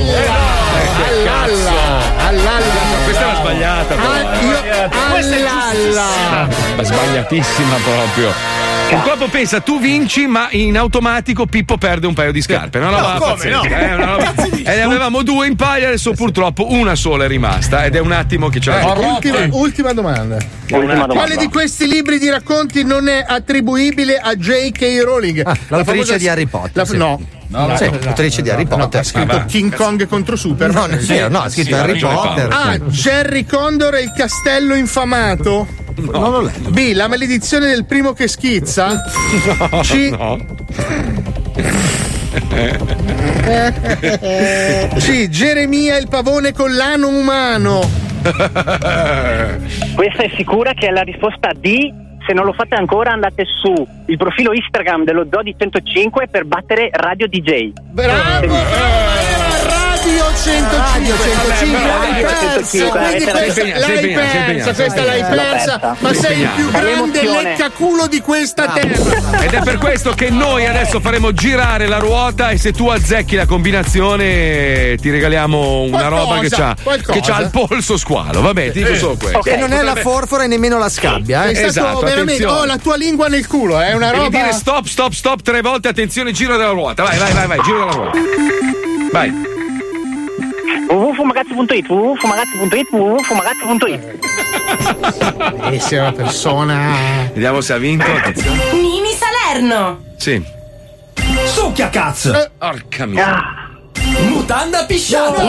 all'alla, all'alla. Questa era sbagliata, però. Ah, io- all'alla. Ma sbagliatissima proprio. Purtroppo pensa, tu vinci, ma in automatico Pippo perde un paio di scarpe. Una roba come pazzesca, no? eh, una roba- E ne avevamo due in paglia, adesso purtroppo una sola è rimasta. Ed è un attimo che ce l'ha. Ultima, ultima domanda. Ultima domanda. Quale di questi libri di racconti non è attribuibile a J K. Rowling? Ah, l'autrice famosa- di Harry Potter, la- sì. No. No, sì, l'autrice di Harry No, Potter. ha scritto va. King Kong contro Super. No, non è vero, no, ha scritto Sì, ha Harry ragione Potter. Paolo. A. Jerry Condor e il castello infamato. Non l'ho letto. B. La maledizione del primo che schizza. C. No. C. Geremia il pavone con l'ano umano. Questa è sicura che è la risposta D. Se non lo fate ancora andate su il profilo Instagram dello Zoo di centocinque per battere Radio D J. Bravo! Era Radio centocinque. Radio centocinque, L'hai Radio persa, centocinque, quindi avete questa ragione. Sei l'hai impegnato, sei persa, impegnato, questa sei l'hai impegnato. persa, L'ho ma persa. sei il più È grande l'emozione. leccaculo di questa terra. Ed è per questo che noi adesso faremo girare la ruota e se tu azzecchi la combinazione ti regaliamo una Qualcosa, roba che c'ha, qualcosa. che c'ha il polso squalo. Vabbè, ti dico solo questo. Ok. E non è la forfora e nemmeno la scabbia, È eh. stato Esatto, veramente, attenzione. oh, la tua lingua nel culo, è una Devi roba. dire stop, stop, stop tre volte, attenzione, giro della ruota. Vai, vai, vai, vai, giro della ruota. Vai. w w w punto fumagazzi punto it w w w punto fumagazzi punto it w w w punto fumagazzi punto it. E sei una persona. Vediamo se ha vinto. Attenzione. Nini Salerno. Sì. Succhia cazzo! Porca mia. Mutanda pisciata!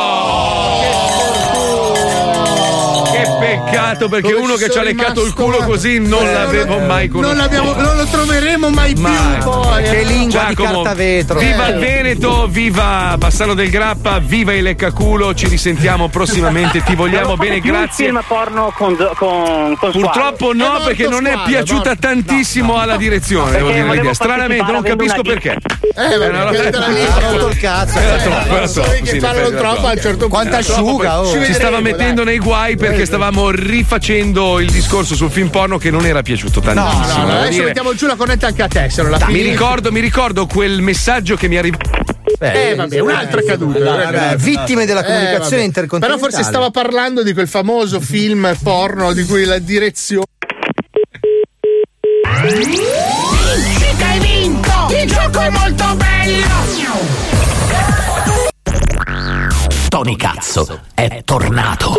Che peccato, perché Dove uno ci che ci ha sono leccato il rimasto culo male. così non Eh, l'avevo non- mai conosciuto. Non, l'abbiamo, non lo troveremo mai, Mai. più poi. Che eh. lingua di Giacomo, carta vetro. viva Eh. il Veneto, viva Bassano del Grappa, viva il leccaculo, ci risentiamo prossimamente, ti vogliamo Non lo bene, fate più un grazie. film porno con, con, con Purtroppo È no, morto perché non è Squalo, piaciuta è morto. tantissimo alla direzione, devo Perché dire volevo l'idea. Stranamente non partecipare capisco avendo perché. Eh, È una vabbè, roba- che te la lì, Ha rotto il cazzo. Era troppo, era so troppo, che sì, in parlano effetti era troppo a un certo punto. Quanta asciuga, oh. Ci Ci vedremo, stava mettendo dai. nei guai perché stavamo rifacendo il discorso sul film porno che non era piaciuto tantissimo. No, no, devo adesso dire. mettiamo giù la cornetta anche a te, se non la Mi fini. ricordo, mi ricordo quel messaggio che mi arriva. Beh, eh vabbè, un'altra caduta. Vabbè, vittime della comunicazione eh, intercontinentale. Però forse stava parlando di quel famoso film porno di cui la direzione. Vinci che hai vinto! Il gioco è molto bello! Tony Cazzo è tornato.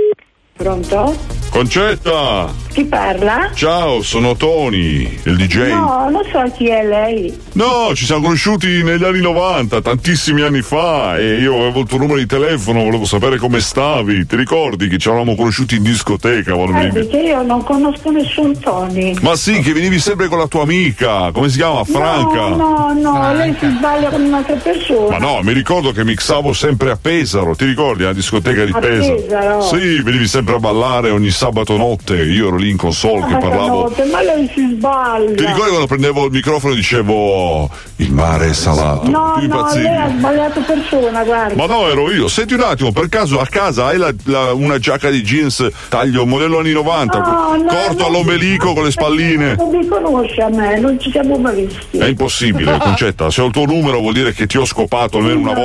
Pronto? Concetta! Chi parla? Ciao, sono Tony, il D J. No, non so chi è lei. No, ci siamo conosciuti negli anni novanta, tantissimi anni fa, e io avevo il tuo numero di telefono, volevo sapere come stavi. Ti ricordi che ci eravamo conosciuti in discoteca? Guardi che io non conosco nessun Tony. Ma sì, che venivi sempre con la tua amica, come si chiama? Franca? No, no, no, Franca. Lei si sbaglia con un'altra persona. Ma no, mi ricordo che mixavo sempre a Pesaro, ti ricordi? La discoteca di a Pesaro? Pesaro? Sì, venivi sempre a ballare ogni sabato notte, io ero lì in console che parlavo. Notte, ma lei si sbaglia. Ti ricordi quando prendevo il microfono e dicevo il mare è salato? No, tu no, impazzivi. lei ha sbagliato persona, guarda. Ma no, ero io. Senti un attimo, per caso a casa hai la, la, una giacca di jeans taglio modello anni novanta, No, no, corto no, all'ombelico con le spalline? Non mi conosce a me, non ci siamo mai visti. È impossibile, Concetta. Se ho il tuo numero vuol dire che ti ho scopato almeno una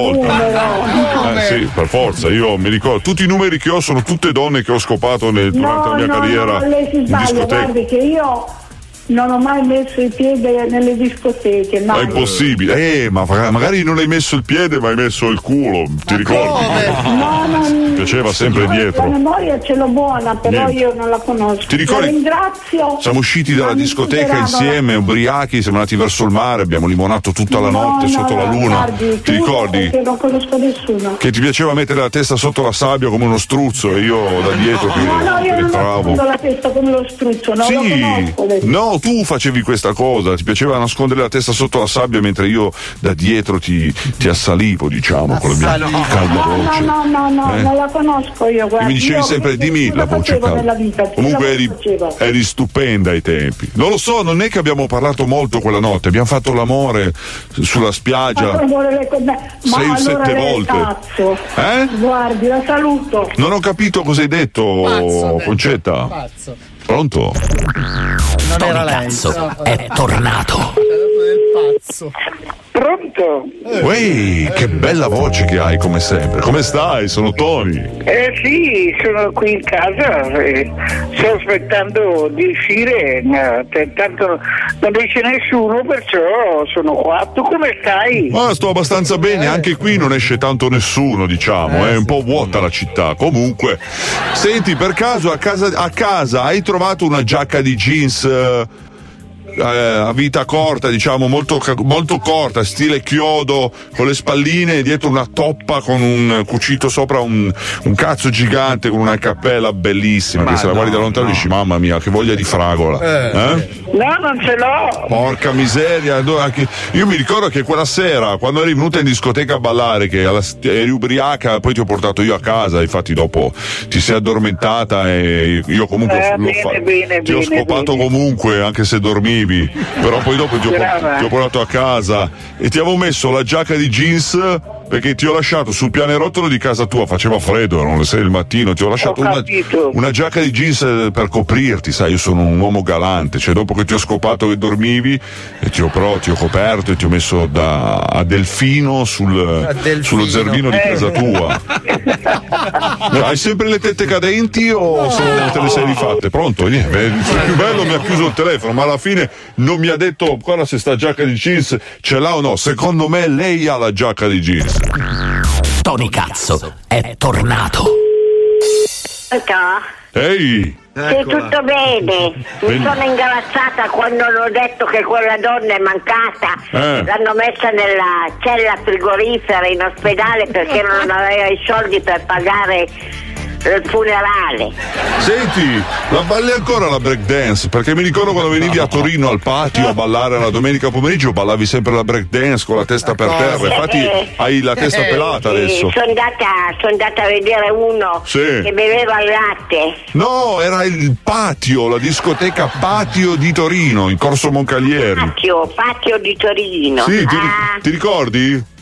volta. Eh sì, per forza. Io mi ricordo, tutti i numeri che ho sono tutte donne che ho scopato nel, durante No, la mia no, carriera no, lei si in sbaglia, discoteca. guardi che io non ho mai messo il piede nelle discoteche, È mai. impossibile. Eh, ma fa- magari non hai messo il piede, ma hai messo il culo. Ti ricordi? No, non Mi piaceva sempre La dietro. memoria ce l'ho buona, però Niente. io non la conosco. Ti ricordi- La ringrazio. Siamo usciti dalla Ma mi discoteca scuseranno. insieme, ubriachi, siamo andati verso il mare, abbiamo limonato tutta la No, notte no, sotto la no, luna. guardi, Ti tu ricordi? perché non conosco nessuno. Che ti piaceva mettere la testa sotto la sabbia come uno struzzo e io da dietro che No, no, io non ho entravo. messo la testa come lo struzzo, non lo Sì, conosco. lei. no, tu facevi questa cosa, ti piaceva nascondere la testa sotto la sabbia mentre io da dietro ti, ti assalivo, diciamo, con la mia No, calda no, voce. no, no, no, Eh? non la conosco io, guarda. Mi dicevi Io sempre, che- dimmi che la cosa voce facevo calda. nella vita? Che Comunque lavoro eri, facevo? eri stupenda ai tempi. Non lo so, non è che abbiamo parlato molto quella notte, abbiamo fatto l'amore sulla Ma spiaggia per amore lei con me. Ma sei o allora sette lei è volte. Cazzo. Eh? Guardi, la saluto. Non ho capito cosa hai detto, Pazzo, Concetta. Pazzo. Pronto? Non era lei. Cazzo è tornato. Pazzo. Pronto? Uè, che bella voce che hai come sempre. Come stai? Sono Tony. Eh sì, sono qui in casa, eh, sto aspettando di uscire, ma t- tanto non dice nessuno, perciò sono qua. Tu come stai? Ma sto abbastanza bene, anche qui non esce tanto nessuno, diciamo, è un po' vuota la città. Comunque, senti, per caso a casa, a casa hai trovato una giacca di jeans eh, eh, a vita corta, diciamo, molto, ca- molto corta, stile chiodo, con le spalline e dietro una toppa con un cucito sopra un, un cazzo gigante con una cappella bellissima, Ma che se la guardi no, da lontano no. dici, mamma mia, che voglia di fragola. Eh? No, non ce l'ho. Porca miseria, do- anche- io mi ricordo che quella sera, quando eri venuta in discoteca a ballare, che alla- eri ubriaca, poi ti ho portato io a casa, infatti dopo ti sei addormentata e io comunque Eh, l'ho bene, fa- bene, ti ho bene, scopato bene. comunque, anche se dormivi, però poi dopo ti ho, Brava. ti ho portato a casa e ti avevo messo la giacca di jeans perché ti ho lasciato sul pianerottolo di casa tua, faceva freddo, erano le sei del mattino, ti ho lasciato Ho una, capito. una giacca di jeans eh, per coprirti, sai, io sono un uomo galante, cioè dopo che ti ho scopato che dormivi e ti ho, però, ti ho coperto e ti ho messo da, a delfino sul, delfino. sullo zerbino di Eh. casa tua. No, hai sempre le tette cadenti o sono- te le sei rifatte? Pronto? Niente, il più bello mi ha chiuso il telefono, ma alla fine non mi ha detto guarda se sta giacca di jeans ce l'ha o no. Secondo me lei ha la giacca di jeans. Tony Cazzo è tornato. Ehi! Sì, tutto bene. Mi Bene. sono ingalazzata quando hanno detto che quella donna è mancata. Eh. L'hanno messa nella cella frigorifera in ospedale perché non aveva i soldi per pagare il funerale. Senti, la balli ancora la break dance? Perché mi ricordo quando venivi a Torino al patio a ballare la domenica pomeriggio, ballavi sempre la break dance con la testa per terra. Infatti Eh, hai la testa pelata adesso. Sono andata, sono andata a vedere uno Sì. che beveva il latte. No, era il patio, la discoteca Patio di Torino, in Corso Moncalieri. Patio, patio di Torino. Sì, ti, Ah, ti ricordi?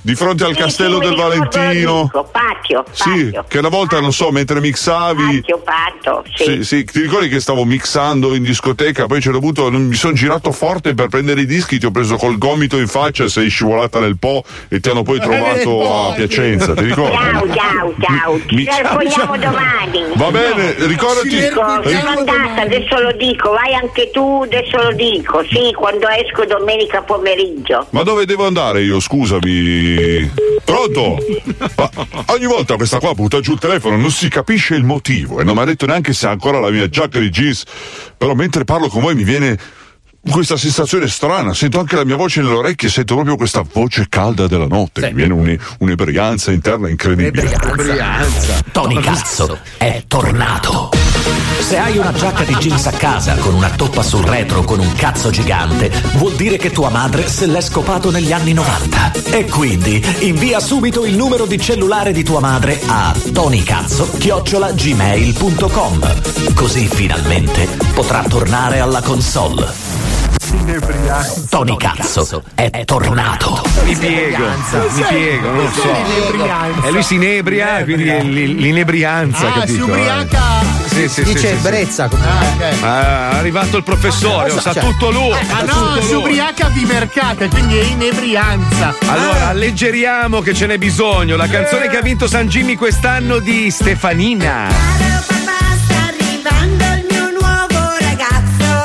di fronte al Sì, castello sì, del mi ricordo, Valentino. dico, Pacchio, Sì, Pacchio. che una volta, non so, mentre mixavi. Pacchio, Patto, sì. Sì, sì, ti ricordi che stavo mixando in discoteca, poi a un certo punto mi sono girato forte per prendere i dischi, ti ho preso col gomito in faccia e sei scivolata nel Po e ti hanno poi trovato a Piacenza, ti ricordi? Ciao, ciao, ciao. Mi- Ci raccogliamo domani. Va bene, ricordati. Dico, sono andata, adesso lo dico, vai anche tu, adesso lo dico, sì, quando esco domenica pomeriggio. Ma dove devo andare io, scusami? Pronto? Ma ogni volta questa qua butta giù il telefono, non si capisce il motivo e non mi ha detto neanche se ha ancora la mia giacca di jeans, però mentre parlo con voi mi viene questa sensazione strana, sento anche la mia voce nelle orecchie, sento proprio questa voce calda della notte, mi viene un, un'ebrianza interna incredibile. Tony Cazzo è tornato. Se hai una giacca di jeans a casa con una toppa sul retro con un cazzo gigante, vuol dire che tua madre se l'è scopato negli anni novanta. E quindi invia subito il numero di cellulare di tua madre a tonicazzo chiocciola gmail punto com. Così finalmente potrà tornare alla console. Tony Cazzo è tornato. Mi piego, mi piego, non lo so. E lui si inebria, quindi è l'i- l'inebrianza, Ah, capito? si ubriaca. Sì, sì, Dice sì, sì, ebbrezza. sì. Ah, è arrivato il professore, lo sa cioè- tutto lui. Ah sa no, tutto si lui. ubriaca di mercato, quindi è inebrianza. Allora, alleggeriamo che ce n'è bisogno. La canzone che ha vinto San Jimmy quest'anno di Stefanina. Sta arrivando il mio nuovo ragazzo.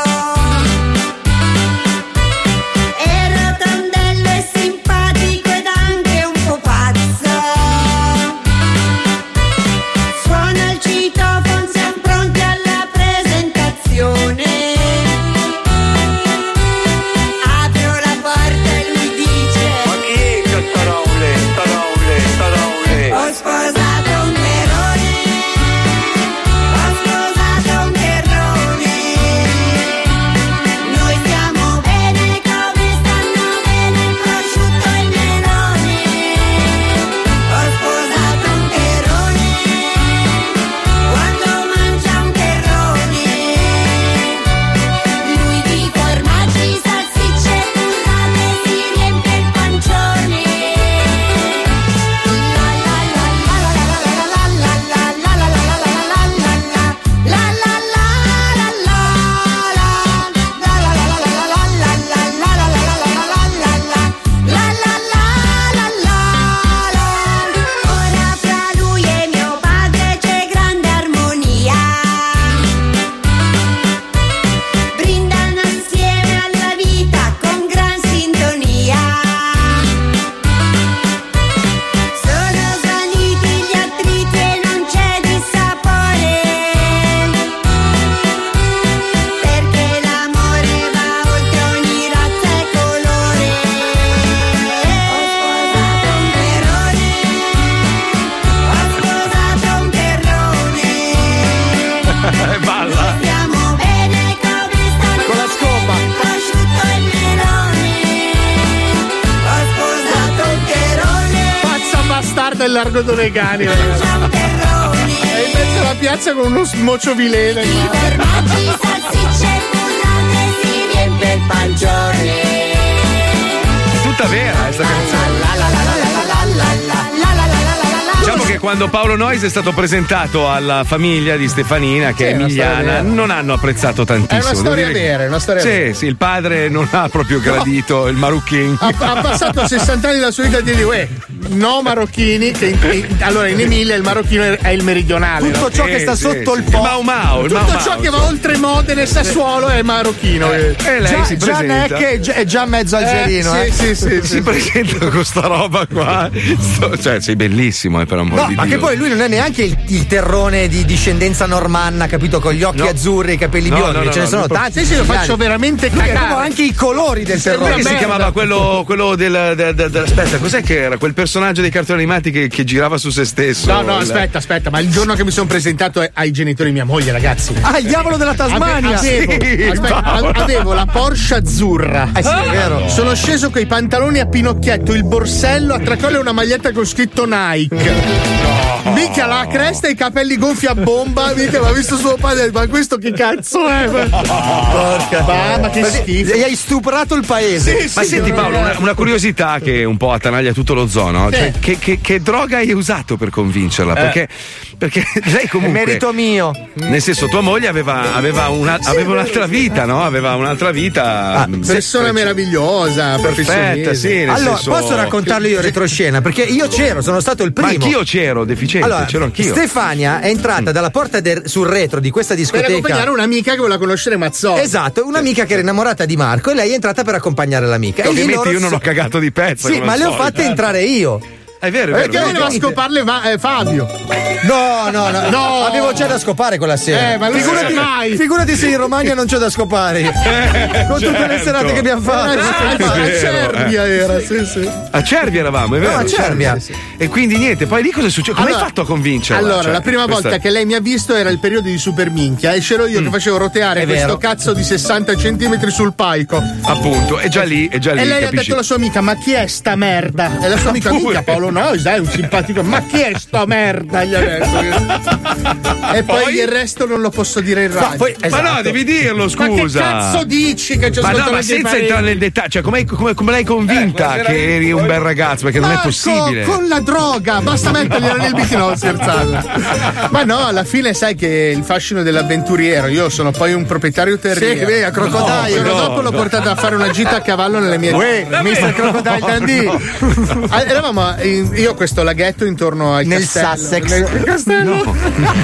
È rotondello e simpatico ed anche un po' pazzo. Suona il citofono, siamo pronti alla presentazione. Apro la porta e lui dice: Ma chi è che tarole, tarole, tarole? ho sposato un terrone. Ho sposato un terrone. Noi stiamo bene come stanno bene il prosciutto e il melone. Ho sposato un terrone. Quando mangia un terrone, lui di formaggi, salsicce e burrate si riempie il pancione. Ora fra lui e mio padre c'è grande armonia. Brindano assieme alla vita con gran sintonia. Sono svaniti gli attriti e non c'è dissapore, perché l'amore va oltre ogni razza e colore. Ho sposato un terrone. Ho sposato un terrone. Balla. Stiamo bene come stanno Con la scopa. il prosciutto e il melone. Ho sposato un terrone. Pazza bastarda il largo Donegani. È in mezzo alla piazza con uno smociovilene. Formaggi, salsicce e burrate si riempie il pancione. È tutta vera, questa canzone. Diciamo che quando Paolo Noyes è stato presentato alla famiglia di Stefanina, che Sì, è è una storia emiliana, vera. non hanno apprezzato tantissimo. È una Devo storia dire che- vera, è una storia sì, vera. sì, il padre non ha proprio gradito il marucchin. Ha, ha passato sessanta anni della sua vita a dire uè, no marocchini, che in- in- allora in Emilia il marocchino è il meridionale. Tutto no? ciò che Sì, sta sì, sotto sì. il po'. Il Mau Mau, il Tutto Mau ciò Mau, che va sì. oltre Modena e Sassuolo è marocchino. E lei Già, si già presenta. Neck è già- è già mezzo algerino. Eh, eh. sì, sì, sì, Si sì. presenta con sta roba qua. Sto- cioè, sei bellissimo, eh, per amor No, di ma Dio. che poi lui non è neanche il, il terrone di discendenza normanna, capito? Con gli occhi No. azzurri, i capelli No, biondi, no, no, ce ne no, sono lui tanti. Sì, sì, lo siciliani. faccio veramente Lui è proprio cagare. anche i colori del Sembra terrone. Come si merda. chiamava quello, quello del, del, del, del- aspetta, cos'è che era? Quel personaggio dei cartoni animati che, che girava su se stesso. No, no, Il- aspetta, aspetta, ma il giorno che mi sono presentato ai- ai genitori di mia moglie, ragazzi. Ah, il diavolo della Tasmania. Ave- avevo, Sì, aspetta, Paolo. ave- avevo la Porsche azzurra. Eh sì, è vero. Sono sceso con i pantaloni a pinocchietto, il borsello a tracolla e una maglietta con scritto Nike. Mica la cresta e i capelli gonfi a bomba. Mica l'ha visto suo padre. Ma questo che cazzo è? Porca mamma, che schifo. Gli hai stuprato il paese. Ma senti Paolo, una, una curiosità che un po' attanaglia tutto lo zoo, no? Sì. Cioè, che, che, che droga hai usato per convincerla? Eh. Perché, perché lei comunque. È merito mio. Nel senso, tua moglie aveva, aveva, una, Sì, aveva è un'altra vita, no? Aveva un'altra vita. Ah, mh, Persona meravigliosa, perfetta, sì. nel Allora, senso- posso raccontarlo io retroscena? Perché io c'ero, sono stato il primo. Ma anch'io c'ero, deficiente, Allora, c'ero anch'io. Stefania è entrata dalla porta del- sul retro di questa Per discoteca. accompagnare un'amica che voleva conoscere Mazzoli. Esatto, un'amica che era innamorata di Marco e lei è entrata per accompagnare l'amica. E lì Ovviamente loro io non so- ho cagato di pezzo. Sì, come ma al le ho solito. fatte entrare io. È vero, è vero. Perché voleva scoparle va- eh, Fabio. No, no, no, No. avevo già da scopare quella sera. Eh, ma lui figurati, non sa mai. figurati se in Romagna non c'ho da scopare. Con tutte le certo. serate che abbiamo fatto. Ah, È a vero, Cervia eh. era, sì, sì. A Cervia eravamo, è vero? No, a Cervia. E quindi niente, poi lì cosa succede? Come Allora- hai fatto a convincerla? Allora, Cioè, la prima questa- volta che lei mi ha visto era il periodo di Super Minchia e c'ero io che facevo roteare È questo vero. cazzo di sessanta centimetri sul palco. Appunto, è già lì, è già lì. E lei ha capisci? detto alla sua amica: ma chi è sta merda? E la sua amica, Pure. mica Paolo Nois, dai, un simpatico. Ma chi è sta merda? Gli ha detto. E poi, Poi? il resto non lo posso dire in radio. poi- Ma no, devi dirlo, scusa. Ma che cazzo dici che ci Ma no, ascoltano ma dei senza parenti? entrare nel dettaglio, cioè come, come, come l'hai convinta Eh, che eri un bel ragazzo? Perché non è Marco, possibile. con la droga, basta mettergliela nel bicchiere, no, scherzando. Ma no, alla fine sai che il fascino dell'avventuriero, io sono poi un proprietario terriero. Sì, vedi, a Crocodile. Il giorno No, dopo l'ho no. portato a fare una gita a cavallo nelle mie Uè, mister Crocodile Dundee. Ah, Eravamo in- io ho questo laghetto intorno al Nel castello. Sussex. Nel castello.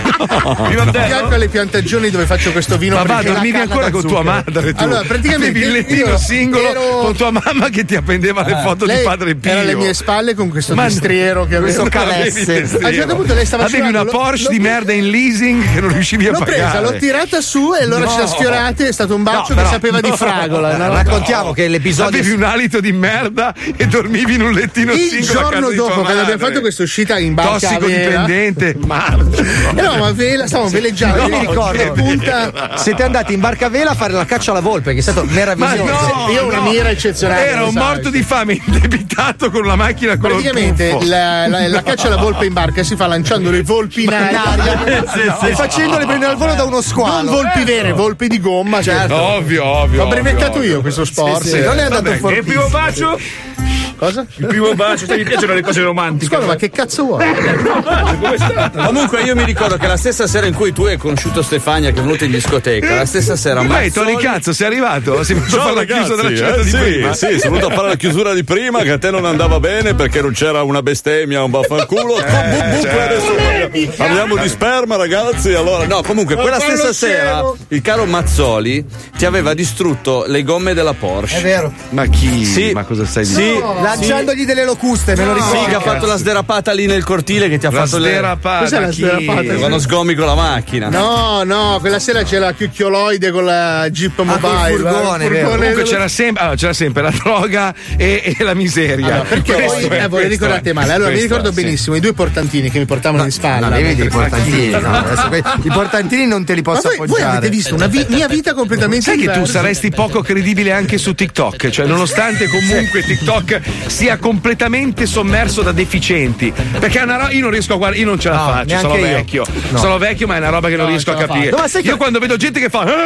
Fianco alle piantagioni dove faccio questo vino. Ma va, perché la dormivi canna ancora con tua zucchero. madre tu. Allora, praticamente Avevi il lettino io singolo ero- con tua mamma che ti appendeva le Eh, foto di lei padre Pio. era alle mie spalle con questo Ma- destriero che avevo. questo calesse. A un certo punto lei stava Avevi scivolando, una l'ho- Porsche l'ho- di merda in leasing che non riuscivi a L'ho pagare. presa, l'ho tirata su e allora No. ci siamo sfiorati. È stato un bacio No, che però- sapeva di fragola. no? Raccontiamo che l'episodio. Avevi un alito di merda e dormivi in un lettino Il singolo a casa giorno di tua dopo, quando abbiamo madre. fatto questa uscita in barca a vela, Tossicodipendente. Ma eravamo a vela, stavamo veleggiando. Io io mi ricordo, che punta. siete andati in barca a vela a fare la caccia alla volpe, che è stato Ma meraviglioso. no, Io ho una no. mira eccezionale. Era lo un sai. morto di fame indebitato con la macchina con Praticamente lo tuffo. la, la- la caccia alla volpe in barca si fa lanciando le volpi in aria E facendole prendere al volo da uno non squalo. volpi vere, volpi di gomma. Certo. Ovvio, ovvio. L'ho brevettato ovvio, io questo sport. Sì, non è andato E il fortissimo. primo bacio? Cosa? Il primo bacio, se mi piacciono le cose romantiche. Scusa, ma che cazzo vuoi? Come è stato? Comunque io mi ricordo che la stessa sera in cui tu hai conosciuto Stefania che è venuta in discoteca, la stessa sera Ma Mazzoli... Tony cazzo, sei arrivato? Sei venuto a Ciao fare la chiusa ragazzi, della cena eh, di sì, prima? sì, sono venuto a fare la chiusura di prima che a te non andava bene perché non c'era una bestemmia, un baffanculo. Eh, Comunque certo. adesso parliamo, parliamo di sperma, ragazzi. Allora, No, comunque quella Ma stessa quello sera c'ero. il caro Mazzoli ti aveva distrutto le gomme della Porsche. È vero. Ma chi? Sì. Ma cosa stai Sì. dicendo? Lanciandogli delle locuste, me lo ricordo. Sì, che ha fatto la sderapata lì nel cortile che ti ha La fatto le... sderapata. Cos'è la chi? sderapata? quando sgomi con la macchina. No, no, quella sera c'era la chiocchioloide con la Jeep col Mobile. furgone, il vero. Comunque c'era sempre, allora, c'era sempre la droga e, e la miseria. Allora, perché Questo voi è, eh, voi questo ricordate è. male? Allora, mi Questo ricordo è, sì. benissimo i due portantini che mi portavano in spalla. No, devi dire i portantini. No, adesso que- I portantini non te li Ma posso voi, voi appoggiare. avete visto una vi- mia vita completamente Sai che tu diversa. saresti poco credibile anche su TikTok, cioè nonostante comunque TikTok sia completamente sommerso da deficienti, perché è una ro- io non riesco a guardare, io non ce la No, faccio, neanche sono io. vecchio, No. sono vecchio ma è una roba che non No, riesco a ce la capire. faccio. No, ma sai io che- quando vedo gente che fa ah,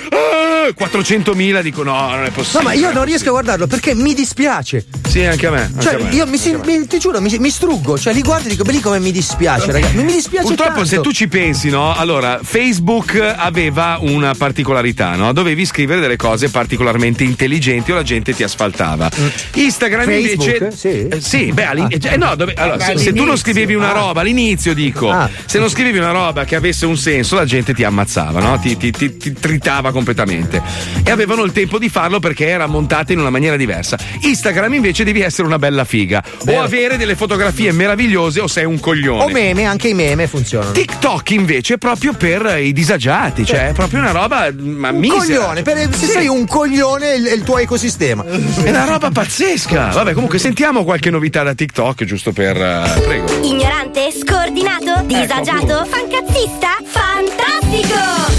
ah, quattrocentomila dico no, non è No, possibile. ma io non riesco a guardarlo perché mi dispiace. Sì, anche a me. Anche Cioè, a me. io mi, si- mi- ti giuro, mi, mi struggo. Cioè, li guardo e dico, beh, lì come mi dispiace, ragazzi. Mi, mi dispiace Purtroppo, tanto. se tu ci pensi, no? Allora, Facebook aveva una particolarità, no? Dovevi scrivere delle cose particolarmente intelligenti o la gente ti asfaltava. Instagram Facebook? invece. Sì. Eh, sì, beh, all'in- eh, no, dove- allora, Beh, se, se tu non all'inizio. scrivevi una Ah. roba all'inizio, dico, Ah. se non scrivevi una roba che avesse un senso, la gente ti ammazzava, no? Ti, ti- ti- ti tritava completamente. E avevano il tempo di farlo perché era montata in una maniera diversa. Instagram invece devi essere una bella figa. O avere delle fotografie meravigliose o sei un coglione. O meme, anche i meme funzionano. TikTok invece è proprio per i disagiati, cioè è proprio una roba ma Un misera. coglione, per- se Sì. sei un coglione è il, è il tuo ecosistema. È una roba pazzesca. Vabbè, comunque sentiamo qualche novità da TikTok giusto per eh, prego. Ignorante, scordinato, disagiato, fancazzista, fantastico!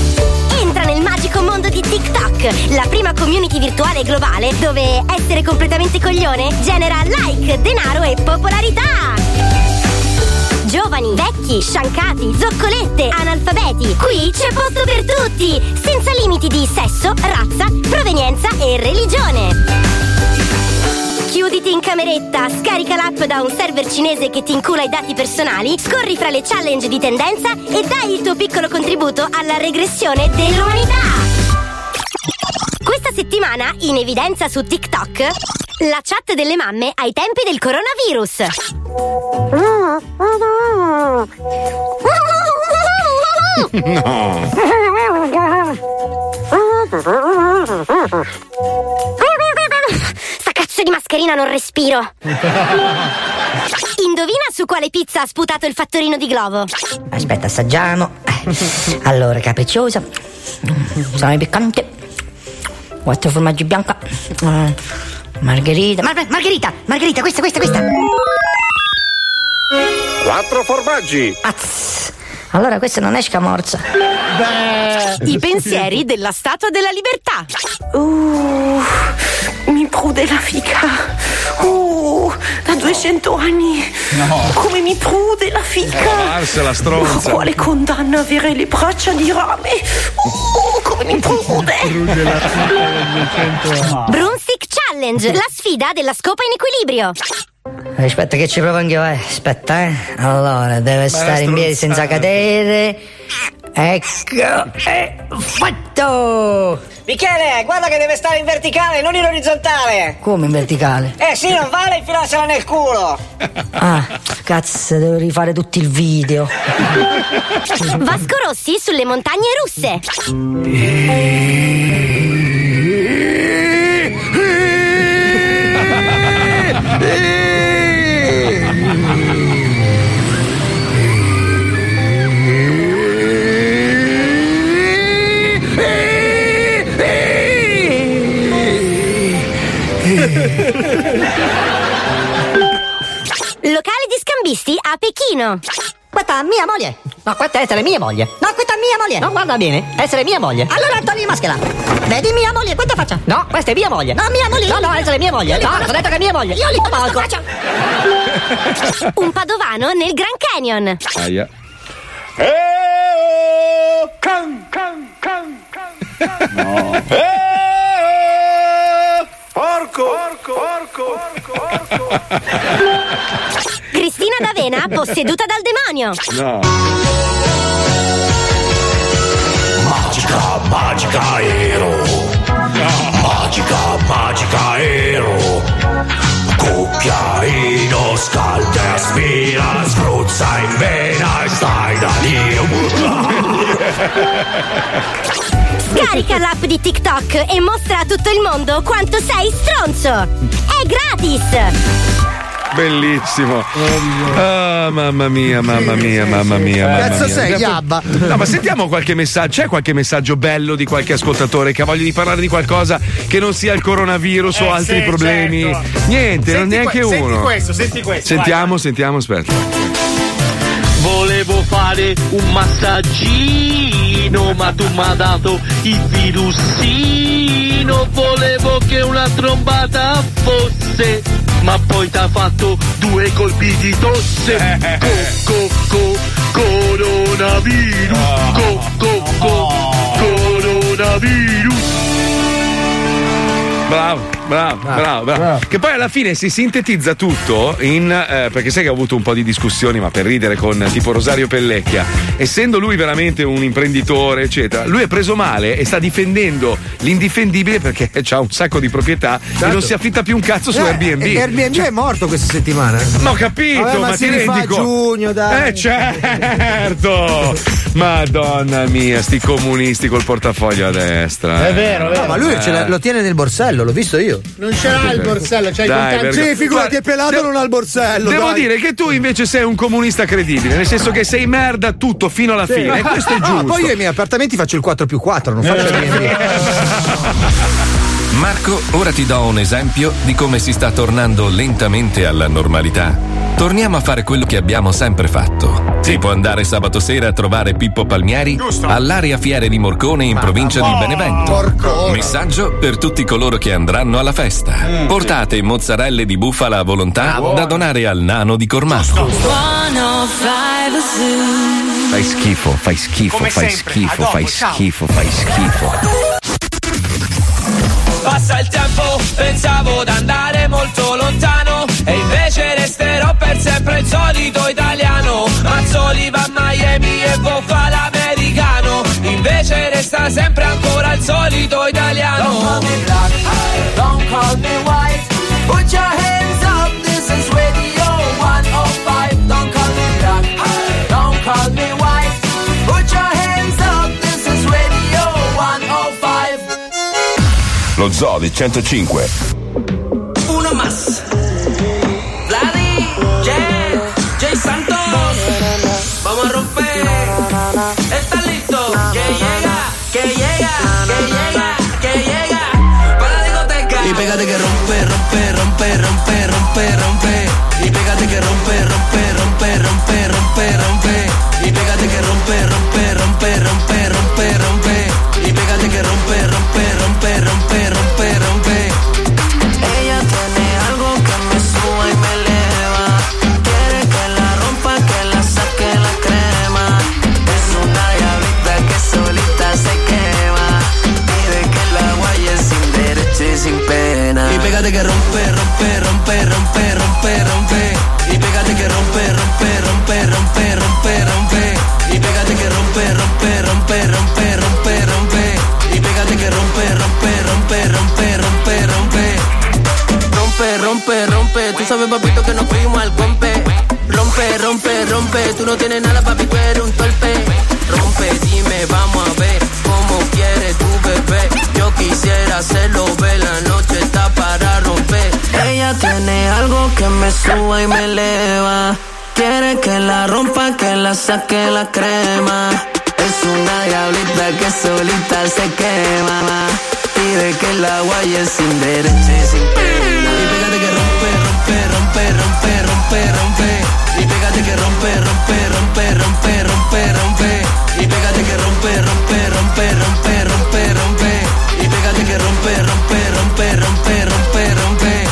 Entra nel magico mondo di TikTok, la prima community virtuale globale dove essere completamente coglione genera like, denaro e popolarità! giovani, vecchi, sciancati, zoccolette, analfabeti. Qui c'è posto per tutti, senza limiti di sesso, razza, provenienza e religione. Chiuditi in cameretta, scarica l'app da un server cinese che ti incula i dati personali, scorri fra le challenge di tendenza e dai il tuo piccolo contributo alla regressione dell'umanità. Questa settimana, in evidenza su TikTok, la chat delle mamme ai tempi del coronavirus. No. Sta cazzo di mascherina non respiro. Indovina su quale pizza ha sputato il fattorino di Glovo. Aspetta, assaggiamo. Allora, capricciosa, salame piccante, quattro formaggi bianca, uh, margherita. Mar- margherita, margherita, questa, questa, questa. Quattro formaggi. Azz. Allora questa non è scamorza. Beh. I pensieri della Statua della Libertà. Uh, mi prude la fica. Uh, da duecento anni. No. Come mi prude la fica. Farsela, stronza. Oh, quale condanna avere le braccia di rame. Uh, come mi prude. Broomstick Challenge, la sfida della scopa in equilibrio. Aspetta che ci provo anche io, eh. Aspetta, eh. Allora, deve stare in piedi senza cadere. Ecco, è fatto! Michele, guarda che deve stare in verticale, non in orizzontale. Come in verticale? Eh sì, non vale infilarsela nel culo. Ah, cazzo, devo rifare tutto il video. Vasco Rossi sulle montagne russe. Locale di scambisti a Pechino. Questa è mia moglie. No, questa è essere mia moglie. No, questa è mia moglie. No, guarda bene, essere mia moglie. Allora togli la maschera. Vedi mia moglie, questa faccia. No, questa è mia moglie. No, mia moglie. No, no, essere mia moglie. No, ho detto che è mia moglie. Io li tolgo. Un padovano nel Grand Canyon. Aia. Eh, oh, can, can, can, can. No. Eh, oh, porco, porco, porco, porco. Cristina D'Avena posseduta dal demonio. No. Magica, magica aero. Magica, magica aero. Cucchiaino scalda, spira, spruzza in vena e stai da Dio. Scarica l'app di TikTok e mostra a tutto il mondo quanto sei stronzo. È gratis. Bellissimo. Ah, mamma mia, mamma mia, mamma mia. Mamma Cazzo mia. sei, Yabba? No, ma sentiamo qualche messaggio. C'è qualche messaggio bello di qualche ascoltatore che ha voglia di parlare di qualcosa che non sia il coronavirus Eh, o altri sì, problemi? certo. Niente, non Senti neanche que- uno. Senti questo, senti questo. Sentiamo, vai. sentiamo, aspetta. Volevo fare un massaggino, ma tu mi hai dato il virusino. Volevo che una trombata fosse, ma poi t'ha fatto due colpi di tosse. Co, co, co, coronavirus. Co, co, co, coronavirus. Bravo, bravo, bravo, bravo, bravo. Che poi alla fine si sintetizza tutto in. Eh, perché sai che ho avuto un po' di discussioni, ma per ridere con tipo Rosario Pellecchia. Essendo lui veramente un imprenditore, eccetera, lui è preso male e sta difendendo l'indifendibile perché ha un sacco di proprietà e non si affitta più un cazzo su Eh, Airbnb. e Airbnb Cioè- è morto questa settimana. Ma ho capito, Vabbè, ma, ma si ti rifà rendi a conto? giugno, dai. Eh certo! Madonna mia, sti comunisti col portafoglio a destra. È eh. vero, vero. No, ma lui ce l'ha- lo tiene nel borsello, l'ho visto io. Non ce l'ha il borsello, c'hai Dai, il contanti. vergogna. Sì, figurati, è pelato, Devo- non ha il borsello. Devo dai. dire che tu invece sei un comunista credibile, nel senso che sei merda tutto fino alla Sì. fine. E questo è No, giusto. poi io ai miei appartamenti faccio il quattro più quattro, non faccio Airbnb. Marco, ora ti do un esempio di come si sta tornando lentamente alla normalità. torniamo a fare quello che abbiamo sempre fatto. Si può andare sabato sera a trovare Pippo Palmieri all'Area Fiere di Morcone in provincia di Benevento. Messaggio per tutti coloro che andranno alla festa. Portate mozzarelle di bufala a volontà da donare al nano di Cormano. Fai schifo, fai schifo, Come fai sempre. schifo, A fai dopo, ciao. schifo, fai schifo. Passa il tempo, pensavo d'andare molto lontano e invece resterò per sempre il solito italiano. Mazzoli va a Miami e Boffa l'americano, invece resta sempre ancora il solito italiano. Don't call me black, don't call me white, put your hands up, this is Radio centocinque. Don't call me black, don't call me white, put your hands up, this is Radio centocinque. Lo Zoo di centocinque. Uno más. Vladi, Jay, Jay Santos. Vamos a romper. ¿Estás listo? Que llega, que llega, que llega, que llega. Para la discoteca. Y pégate que rompe, rompe, rompe, rompe, rompe, rompe. Y pégate que rompe, rompe, rompe, rompe, rompe, rompe. Y pégate que rompe, rompe, rompe, rompe, rompe, rompe. Y pégate que rompe, rompe, rompe, rompe, rompe, rompe. Ella tiene algo que me sube y me eleva. Quiere que la rompa, que la saque la crema. Es una diablita que solita se quema. Pide que la guaye sin derecho y sin pena. Y pégate que rompe, rompe, rompe, rompe, rompe, rompe. Y pégate que rompe, rompe, rompe, rompe, rompe, rompe. Y pégate que rompe, rompe, rompe, rompe, rompe, rompe. Y pégate que rompe, rompe, rompe, rompe, rompe, rompe. Rompe, rompe, rompe, tú sabes papito que nos fuimos al compe. Rompe, rompe, rompe, tú no tienes nada papi, tú eres un torpe. Rompe, dime, vamos a ver cómo quieres tu bebé. Yo quisiera hacerlo, ver la noche está para romper. Ella tiene algo que me sube y me eleva. Quiere que la rompa, que la saque la crema. Es una diablita que solita se quema. Pide que la guaye sin derecho y sin pena. Y pégate que rompe, rompe, rompe, rompe, rompe, rompe. Y pégate que rompe, rompe, rompe, rompe, rompe, rompe. Y pégate que rompe, rompe, rompe, rompe, rompe, rompe. Y pégate que rompe, rompe, rompe, rompe, rompe, rompe.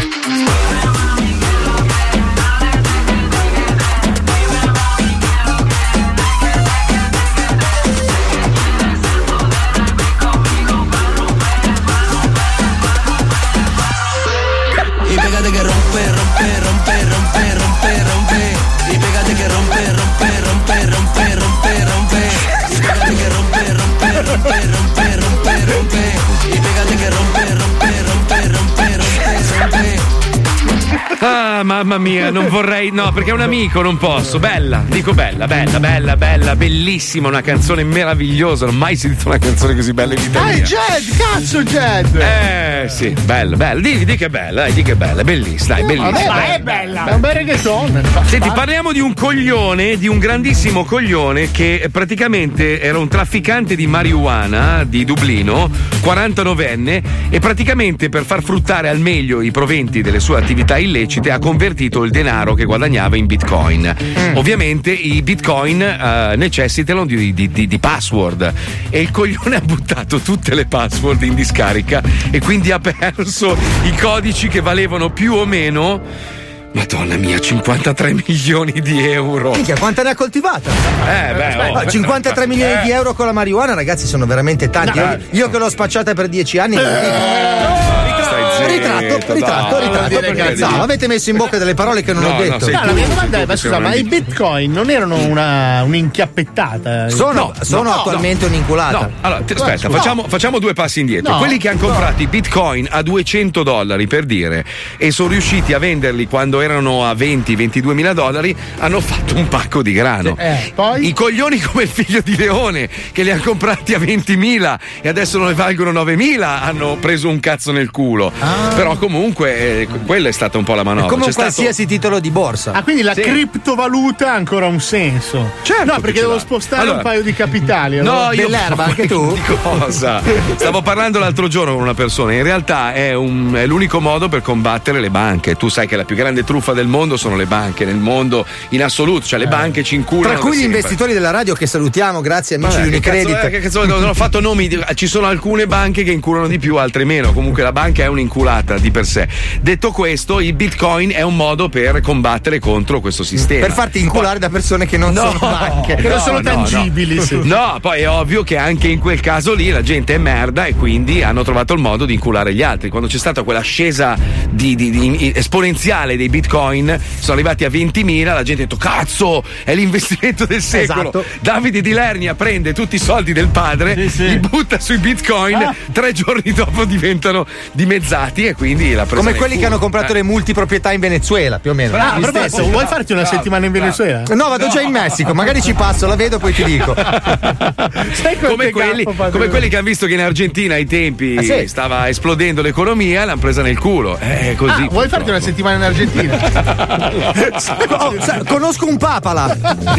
Y pégate que rompe, rompe, rompe, rompe, rompe, rompe. Y pégate que rompe, rompe, rompe, rompe, rompe, rompe. Y pégate que rompe, rompe, rompe, rompe, rompe, rompe. Y pégate que rompe, rompe, rompe, rompe, rompe, rompe. Ah, mamma mia, non vorrei. No, perché è un amico, non posso. Bella, dico bella, bella, bella, bella, bellissima, una canzone meravigliosa. Non ho mai sentito una canzone così bella in Italia. Dai, Jed, cazzo, Jed! Eh, sì, bella, bella. Di, di che è bella, dai, di che è bella, bellissima, dai, bellissima. Vabbè, ma è bella. È un bel reggaeton. Senti, parliamo di un coglione, di un grandissimo coglione che praticamente era un trafficante di marijuana di Dublino, quarantanovenne, e praticamente per far fruttare al meglio i proventi delle sue attività illecite ha convertito il denaro che guadagnava in bitcoin. Mm. Ovviamente i bitcoin uh, necessitano di, di, di, di password e il coglione ha buttato tutte le password in discarica e quindi ha perso i codici che valevano più o meno, Madonna mia, cinquantatré milioni di euro. Minchia, quanta ne ha coltivata? Eh, beh, oh. No, cinquantatré milioni Eh. di euro con la marijuana, ragazzi, sono veramente tanti. No. Io, io che l'ho spacciata per dieci anni. Eh. Ritratto, ritratto, ritratto, ritratto. Perché No, avete messo in bocca delle parole che non ho detto. No, la mia domanda è: ma scusa, ma i bitcoin non erano una, un'inchiappettata? Sono, No, sono no, attualmente no. un'inculata. No, allora, ti- aspetta, No. facciamo, facciamo due passi indietro. No. Quelli che hanno comprato i bitcoin a duecento dollari per dire e sono riusciti a venderli quando erano a venti ventidue mila dollari, hanno fatto un pacco di grano. Eh, poi? I coglioni come il figlio di Leone che li hanno comprati a ventimila e adesso non ne valgono novemila hanno preso un cazzo nel culo. Ah. Però comunque comunque eh, quella è stata un po' la manovra. È come un C'è stato- qualsiasi titolo di borsa. Ah, quindi la Sì. criptovaluta ha ancora un senso. Certo no, che perché ce devo l'ha. spostare Allora- un paio di capitali. No, allora. io Dell'erba, anche tu? Di cosa? Stavo parlando l'altro giorno con una persona. In realtà è, un- è l'unico modo per combattere le banche. Tu sai che la più grande truffa del mondo sono le banche, nel mondo in assoluto. Cioè, le banche ci inculano. Tra cui da gli sempre. investitori della radio che salutiamo, grazie amici Vabbè, di che cazzo Unicredit. è? Che cazzo è? Non ho fatto nomi, di- ci sono alcune banche che inculano di più, altre meno. Comunque la banca è un'inculata di per sé. Detto questo, il Bitcoin è un modo per combattere contro questo sistema. Per farti inculare da persone che non No, sono banche. Che non no, sono no, tangibili. No. sì. No, poi è ovvio che anche in quel caso lì la gente è merda e quindi hanno trovato il modo di inculare gli altri. Quando c'è stata quella ascesa di, di- di- esponenziale dei Bitcoin, sono arrivati a ventimila, la gente ha detto cazzo, è l'investimento del secolo. Esatto. Davide di Lernia prende tutti i soldi del padre, li butta sui Bitcoin, Ah. tre giorni dopo diventano dimezzati e quindi la presa Come nel quelli che culo. hanno comprato Eh. le multiproprietà in Venezuela, più o meno. Ah, a Gli proposito, stessi. vuoi farti una settimana in Venezuela? No, vado già in Messico, magari ci passo, la vedo poi ti dico. Sai quante Come quelli, gaffe fa- come quelli che hanno visto che in Argentina ai tempi Ah, sì? stava esplodendo l'economia e l'hanno presa nel culo. Eh, così. Ah, vuoi farti una settimana in Argentina? Oh, sa- conosco un papa là.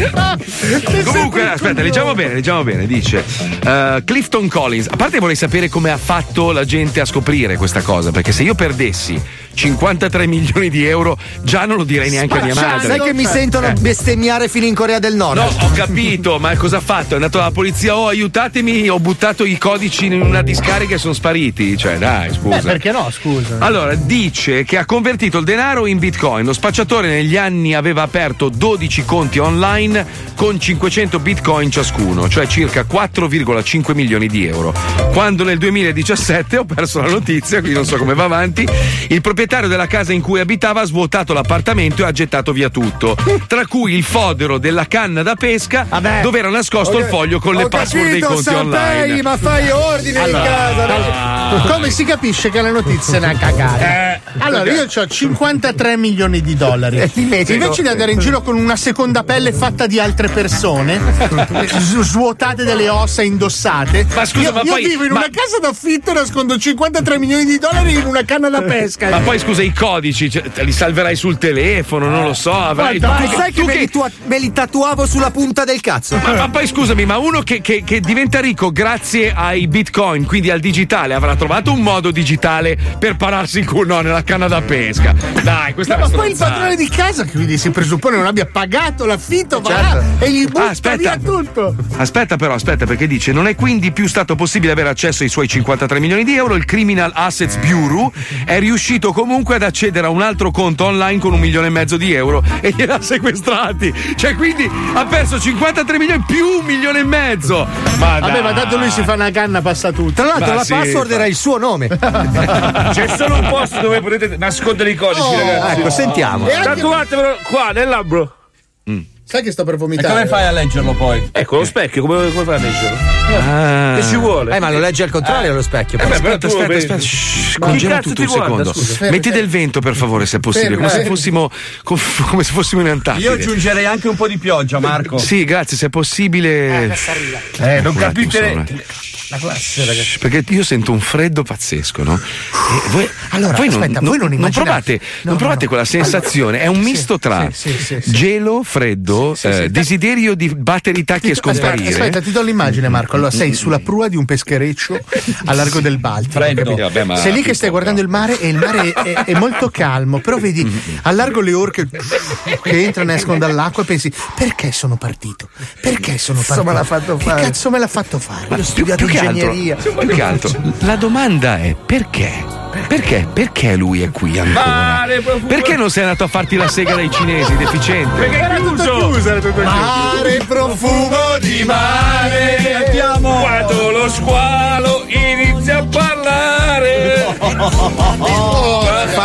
Comunque, aspetta, leggiamo bene, leggiamo bene. Dice uh, Clifton Collins. A parte vorrei sapere come ha fatto la gente a scoprire questa cosa, perché se io perdessi cinquantatré milioni di euro già non lo direi neanche a mia madre. Sai che mi sentono Eh. bestemmiare fino in Corea del Nord? No, ho capito, ma cosa ha fatto? È andato alla polizia, oh aiutatemi, ho buttato i codici in una discarica e sono spariti. Cioè, dai, scusa. Eh, perché no, scusa. Allora, dice che ha convertito il denaro in bitcoin. Lo spacciatore negli anni aveva aperto dodici conti online con cinquecento bitcoin ciascuno, cioè circa quattro virgola cinque milioni di euro. Quando nel duemiladiciassette ho perso la notizia, quindi non so come va avanti, il proprietario della casa in cui abitava ha svuotato l'appartamento e ha gettato via tutto, tra cui il fodero della canna da pesca dove era nascosto il foglio con le Ho password dei capito, conti Sampei, online. ma fai ordine Allora, in casa. no? allora, come si capisce che la notizia è una cagata? allora, io ho cinquantatré milioni di dollari. Eh, li metto. Invece di andare in giro con una seconda pelle fatta di altre persone, s- svuotate delle ossa indossate, Ma scusa, io, ma io poi- vivo in ma- una casa d'affitto e nascondo cinquantatré milioni di dollari in una canna da pesca. Ma poi scusa, i codici cioè, te li salverai sul telefono, non lo so. Avrai, Ma tu tu sai che tu me li, tua- me li tatuavo sulla punta del cazzo? Ma, ma poi scusami, ma uno che, che- che diventa ricco grazie ai bitcoin, quindi al digitale, avrà trovato un modo digitale per pararsi il culo no, nella canna da pesca. Dai, questa No, è ma una poi il stronzata. padrone di casa, che quindi si presuppone non abbia pagato l'affitto, va Certo. là e gli butta Ah, aspetta. via tutto. Aspetta però, aspetta, perché dice non è quindi più stato possibile avere accesso ai suoi cinquantatré milioni di euro, il Criminal Assets Bureau è riuscito comunque ad accedere a un altro conto online con un milione e mezzo di euro e gliel'ha sequestrati. Cioè quindi ha perso cinquantatré milioni più un milione e mezzo. Ma Vabbè, dai. ma tanto lui si fa una canna, passa tutto. Tra l'altro Ma la sì, password fa- era il suo nome. C'è solo un posto dove potete nascondere i codici, Oh, ragazzi. Ecco, sentiamo. E anche- Tatuatevelo qua nel labbro. Sai che sto per E vomitare? come fai a leggerlo poi? Ecco lo specchio, come, come fai a leggerlo? Ah. Che ci vuole? Eh, ma lo leggi al contrario allo specchio. Eh, poi. beh, però Aspetta, tu aspetta, vedi- aspetta. Shh, Ma congela chi cazzo tutto ti un guarda, secondo. scusa? Fermi, Metti fermi. del vento, per favore, se è possibile. Fermi, Come se fermi. fossimo, com- come se fossimo in Antartide. Io aggiungerei anche un po' di pioggia, Marco. Sì, grazie, se è possibile. Eh, non Un attimo capite solo, le- eh. la classe, ragazzi. Shh, Perché io sento un freddo pazzesco, no? E voi, Allora, voi aspetta, non, voi non immaginate- provate, No, non provate no, no. quella sensazione, è un misto tra sì, sì, sì. gelo, freddo, Sì, sì, eh, sì. desiderio di battere i tacchi e Aspetta, scomparire. aspetta, ti do l'immagine, Marco. Allora, sei sulla prua di un peschereccio a largo del Baltico. Freddo. capito? Vabbè, ma- sei lì che stai guardando il mare e il mare è, è- è molto calmo, però vedi a largo le orche che entrano e escono dall'acqua e pensi: perché sono partito? Perché sono partito? me l'ha fatto Che fare? cazzo me l'ha fatto fare? Io ho Più, studiato più che altro, ingegneria. più che altro, la domanda è perché? Perché? Perché lui è qui ancora? Mare, profumo- Perché non sei andato a farti la sega dai cinesi, deficiente? Perché è chiuso? era tutto Mare, profumo di Mare, andiamo. Quando lo squalo inizia a parlare. Oh, fa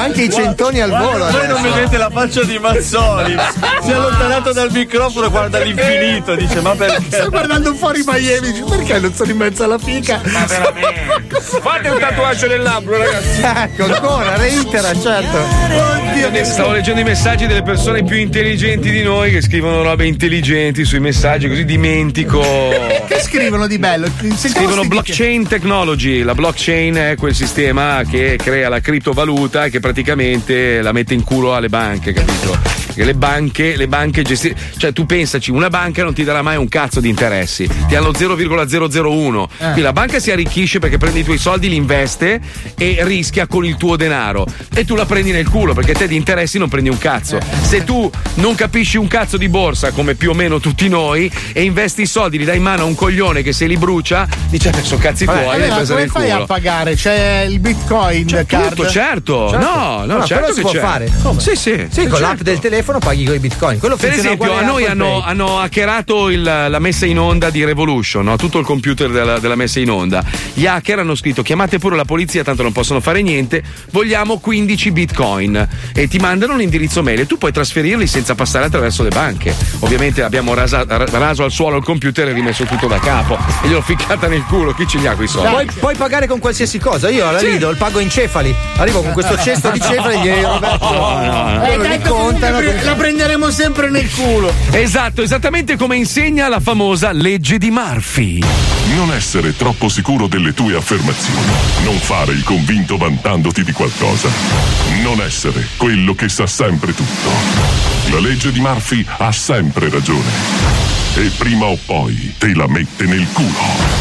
anche i centoni al volo. Voi non vedete la faccia di Mazzoli. Si è allontanato dal microfono, guarda all'infinito. Dice: ma perché? Sto guardando fuori Miami. Dice, perché non sono in mezzo alla fica? Ma veramente. Fate un tatuaggio nel labbro, ragazzi. Ecco, ancora, reitera, certo. Oddio, stavo leggendo i messaggi delle persone più intelligenti di noi che scrivono robe intelligenti sui messaggi, così dimentico. Che scrivono di bello? Scrivono blockchain technology. La blockchain è quel sistema che crea la criptovaluta e che praticamente la mette in culo alle banche, capito? Che le banche, le banche gestiscono. Cioè, tu pensaci, una banca non ti darà mai un cazzo di interessi, ti hanno zero virgola zero zero uno. Eh. Quindi la banca si arricchisce perché prende i tuoi soldi, li investe e rischia con il tuo denaro. E tu la prendi nel culo perché te di interessi non prendi un cazzo. Se tu non capisci un cazzo di borsa, come più o meno tutti noi, e investi i soldi, li dai in mano a un coglione che se li brucia, dice sono cazzi tuoi, Vabbè, li hai allora, preso come nel fai culo. a pagare? C'è il Bitcoin C'è card? tutto, certo. Certo. No, no, No, certo quello si che può c'è. fare. Come? Sì, sì. Sì, sì, con certo. l'app del telefono paghi con i bitcoin. Quello Per funziona esempio, a uguale noi Apple hanno, Pay. hanno hackerato il- la messa in onda di Revolution, no? Tutto il computer della, della messa in onda. Gli hacker hanno scritto: chiamate pure la polizia, tanto non possono fare niente. Vogliamo quindici bitcoin. E ti mandano un indirizzo mail e tu puoi trasferirli senza passare attraverso le banche. Ovviamente abbiamo rasa- raso al suolo il computer e rimesso tutto da capo. E gliel'ho ficcata nel culo. Chi ce li ha quei soldi? Puoi, puoi pagare con qualsiasi cosa. Io alla Sì. Lidl pago in cefali. Arrivo con questo cesto di cefali e glieli Roberto. No, no, no. Eh, Loro li tanto contano. comunque la prenderemo sempre nel culo. Esatto, esattamente come insegna la famosa legge di Murphy. Non essere troppo sicuro delle tue affermazioni. Non fare il convinto vantandoti di qualcosa. Non essere quello che sa sempre tutto. La legge di Murphy ha sempre ragione. E prima o poi te la mette nel culo.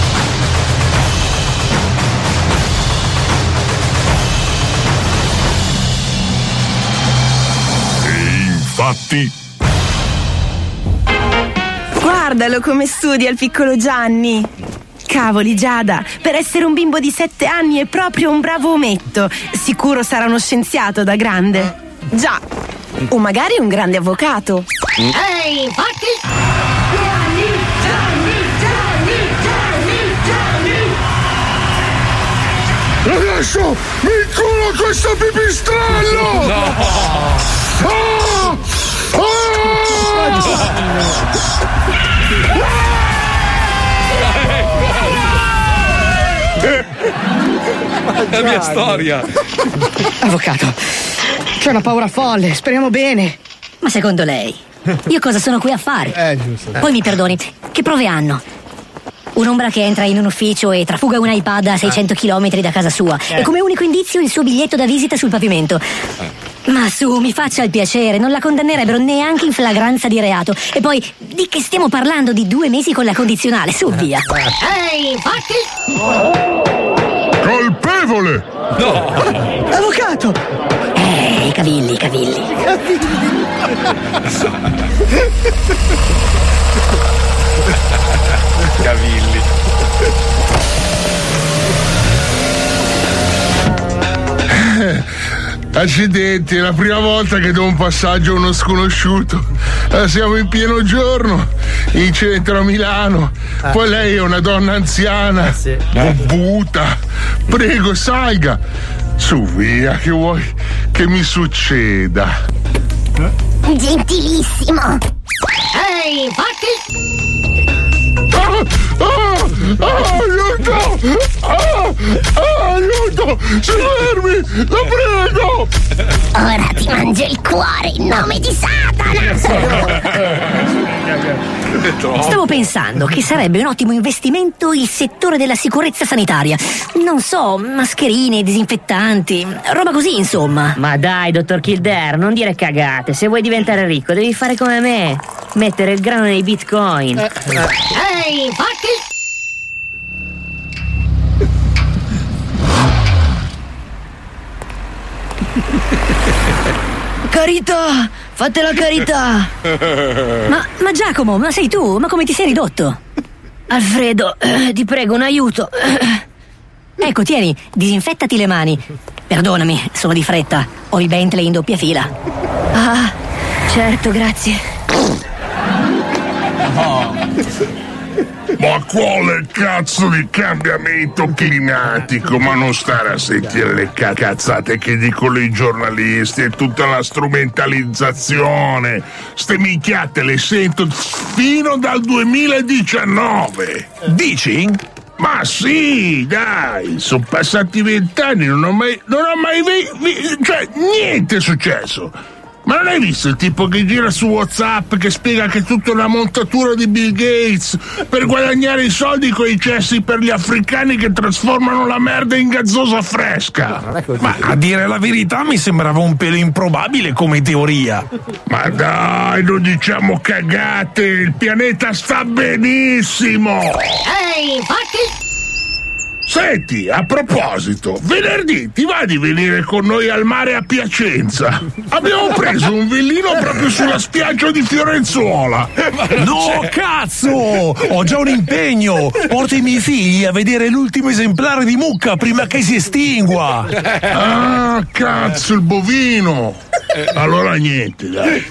Infatti, Guardalo come studia il piccolo Gianni. Cavoli, Giada, per essere un bimbo di sette anni è proprio un bravo ometto. Sicuro sarà uno scienziato da grande. Già, o magari un grande avvocato. Ehi, infatti! Adesso mi inculo questo pipistrello! No! Ah! La mia storia. Avvocato, c'è una paura folle, speriamo bene. Ma secondo lei, io cosa sono qui a fare? Eh, giusto. Poi mi perdoni, che prove hanno? Un'ombra che entra in un ufficio e trafuga un iPad a seicento chilometri da casa sua Eh. e come unico indizio il suo biglietto da visita sul pavimento. Ma su, mi faccia il piacere, non la condannerebbero neanche in flagranza di reato. E poi, di che stiamo parlando? Di due mesi con la condizionale, su, via. Ehi, infatti! Colpevole! No! Avvocato! Eh, i cavilli, i cavilli. Cavilli. Accidenti, è la prima volta che do un passaggio a uno sconosciuto. Eh, siamo in pieno giorno, in centro a Milano. Poi lei è una donna anziana, bubbuta. Prego, salga. Su, via, che vuoi che mi succeda? Gentilissimo. Ehi, infatti! Ah, ah, ah, aiuto! Ah, ah, aiuto! Si fermi! La prego! Ora ti mangio il cuore in nome di Satana! Stavo pensando che sarebbe un ottimo investimento il settore della sicurezza sanitaria. Non so, mascherine, disinfettanti, roba così, insomma. Ma dai, dottor Kildare, non dire cagate. Se vuoi diventare ricco, devi fare come me. Mettere il grano nei bitcoin. Ehi, infatti! Carità! Fate la carità! Ma, ma Giacomo, ma sei tu? Ma come ti sei ridotto? Alfredo, eh, ti prego, un aiuto. Ecco, tieni, disinfettati le mani. Perdonami, sono di fretta. Ho il Bentley in doppia fila. Ah, certo, grazie. Ma quale cazzo di cambiamento climatico? Ma non stare a sentire le ca- cazzate che dicono i giornalisti e tutta la strumentalizzazione. Ste minchiate le sento fino dal duemiladiciannove. Dici? Ma sì, dai, sono passati vent'anni, non ho mai, non ho mai vi, vi, cioè niente è successo. Ma non hai visto il tipo che gira su WhatsApp che spiega che è tutta una montatura di Bill Gates per guadagnare i soldi con i cessi per gli africani che trasformano la merda in gazzosa fresca? Ma a dire la verità mi sembrava un pelo improbabile come teoria. Ma dai, non diciamo cagate, il pianeta sta benissimo! Ehi, infatti! Senti, a proposito, venerdì ti va di venire con noi al mare a Piacenza? Abbiamo preso un villino proprio sulla spiaggia di Fiorenzuola. No, cazzo! Ho già un impegno! Porto i miei figli a vedere l'ultimo esemplare di mucca prima che si estingua! Ah, cazzo, il bovino! Allora niente, dai.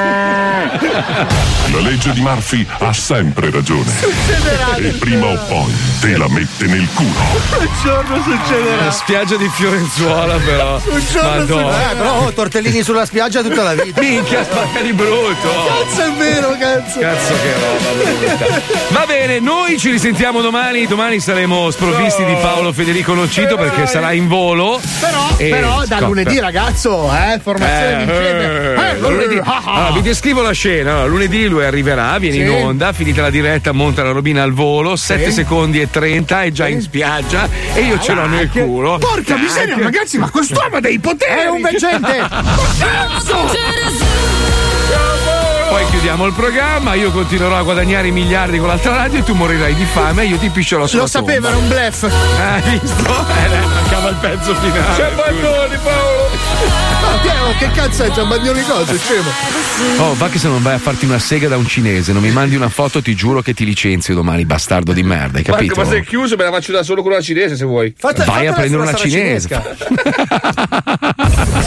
La legge di Murphy ha sempre ragione. E prima o poi te la mette nel culo. Un giorno succederà. La spiaggia di Fiorenzuola, però. Un giorno Madonna. Eh, però oh, tortellini sulla spiaggia tutta la vita. Minchia, spacca di brutto. Cazzo, è vero, cazzo. Cazzo che roba brutta. Va bene, noi ci risentiamo domani. Domani saremo sprovvisti di Paolo Federico Nocito perché sarà in volo. Però, E però da scoppa. lunedì, ragazzo, eh, formazione Eh, vincente. Eh, eh, lunedì. eh. Ah, ah. Allora, vi descrivo la scena. Allora, lunedì lui arriverà, viene Sì. in onda, finita la diretta, monta la robina al volo, sette secondi e trenta, è già in spiaggia e io ce l'ho nel culo. Porca miseria, Anche- ragazzi, ma quest'uomo ha dei poteri! È un veggente. Poi chiudiamo il programma, io continuerò a guadagnare i miliardi con l'altra radio e tu morirai di fame e io ti piscerò sulla Lo sapevo, era un bluff. Hai visto? Eh, dai, mancava il pezzo finale. Ciambandoni, Paolo! Ma Piero, che cazzo è? Ciambandoni cosa, scemo? Oh, va che se non vai a farti una sega da un cinese, non mi mandi una foto, ti giuro che ti licenzio domani, bastardo di merda, hai capito? Marco, ma sei chiuso, me la faccio da solo con una cinese se vuoi. Vai a prendere una cinesca.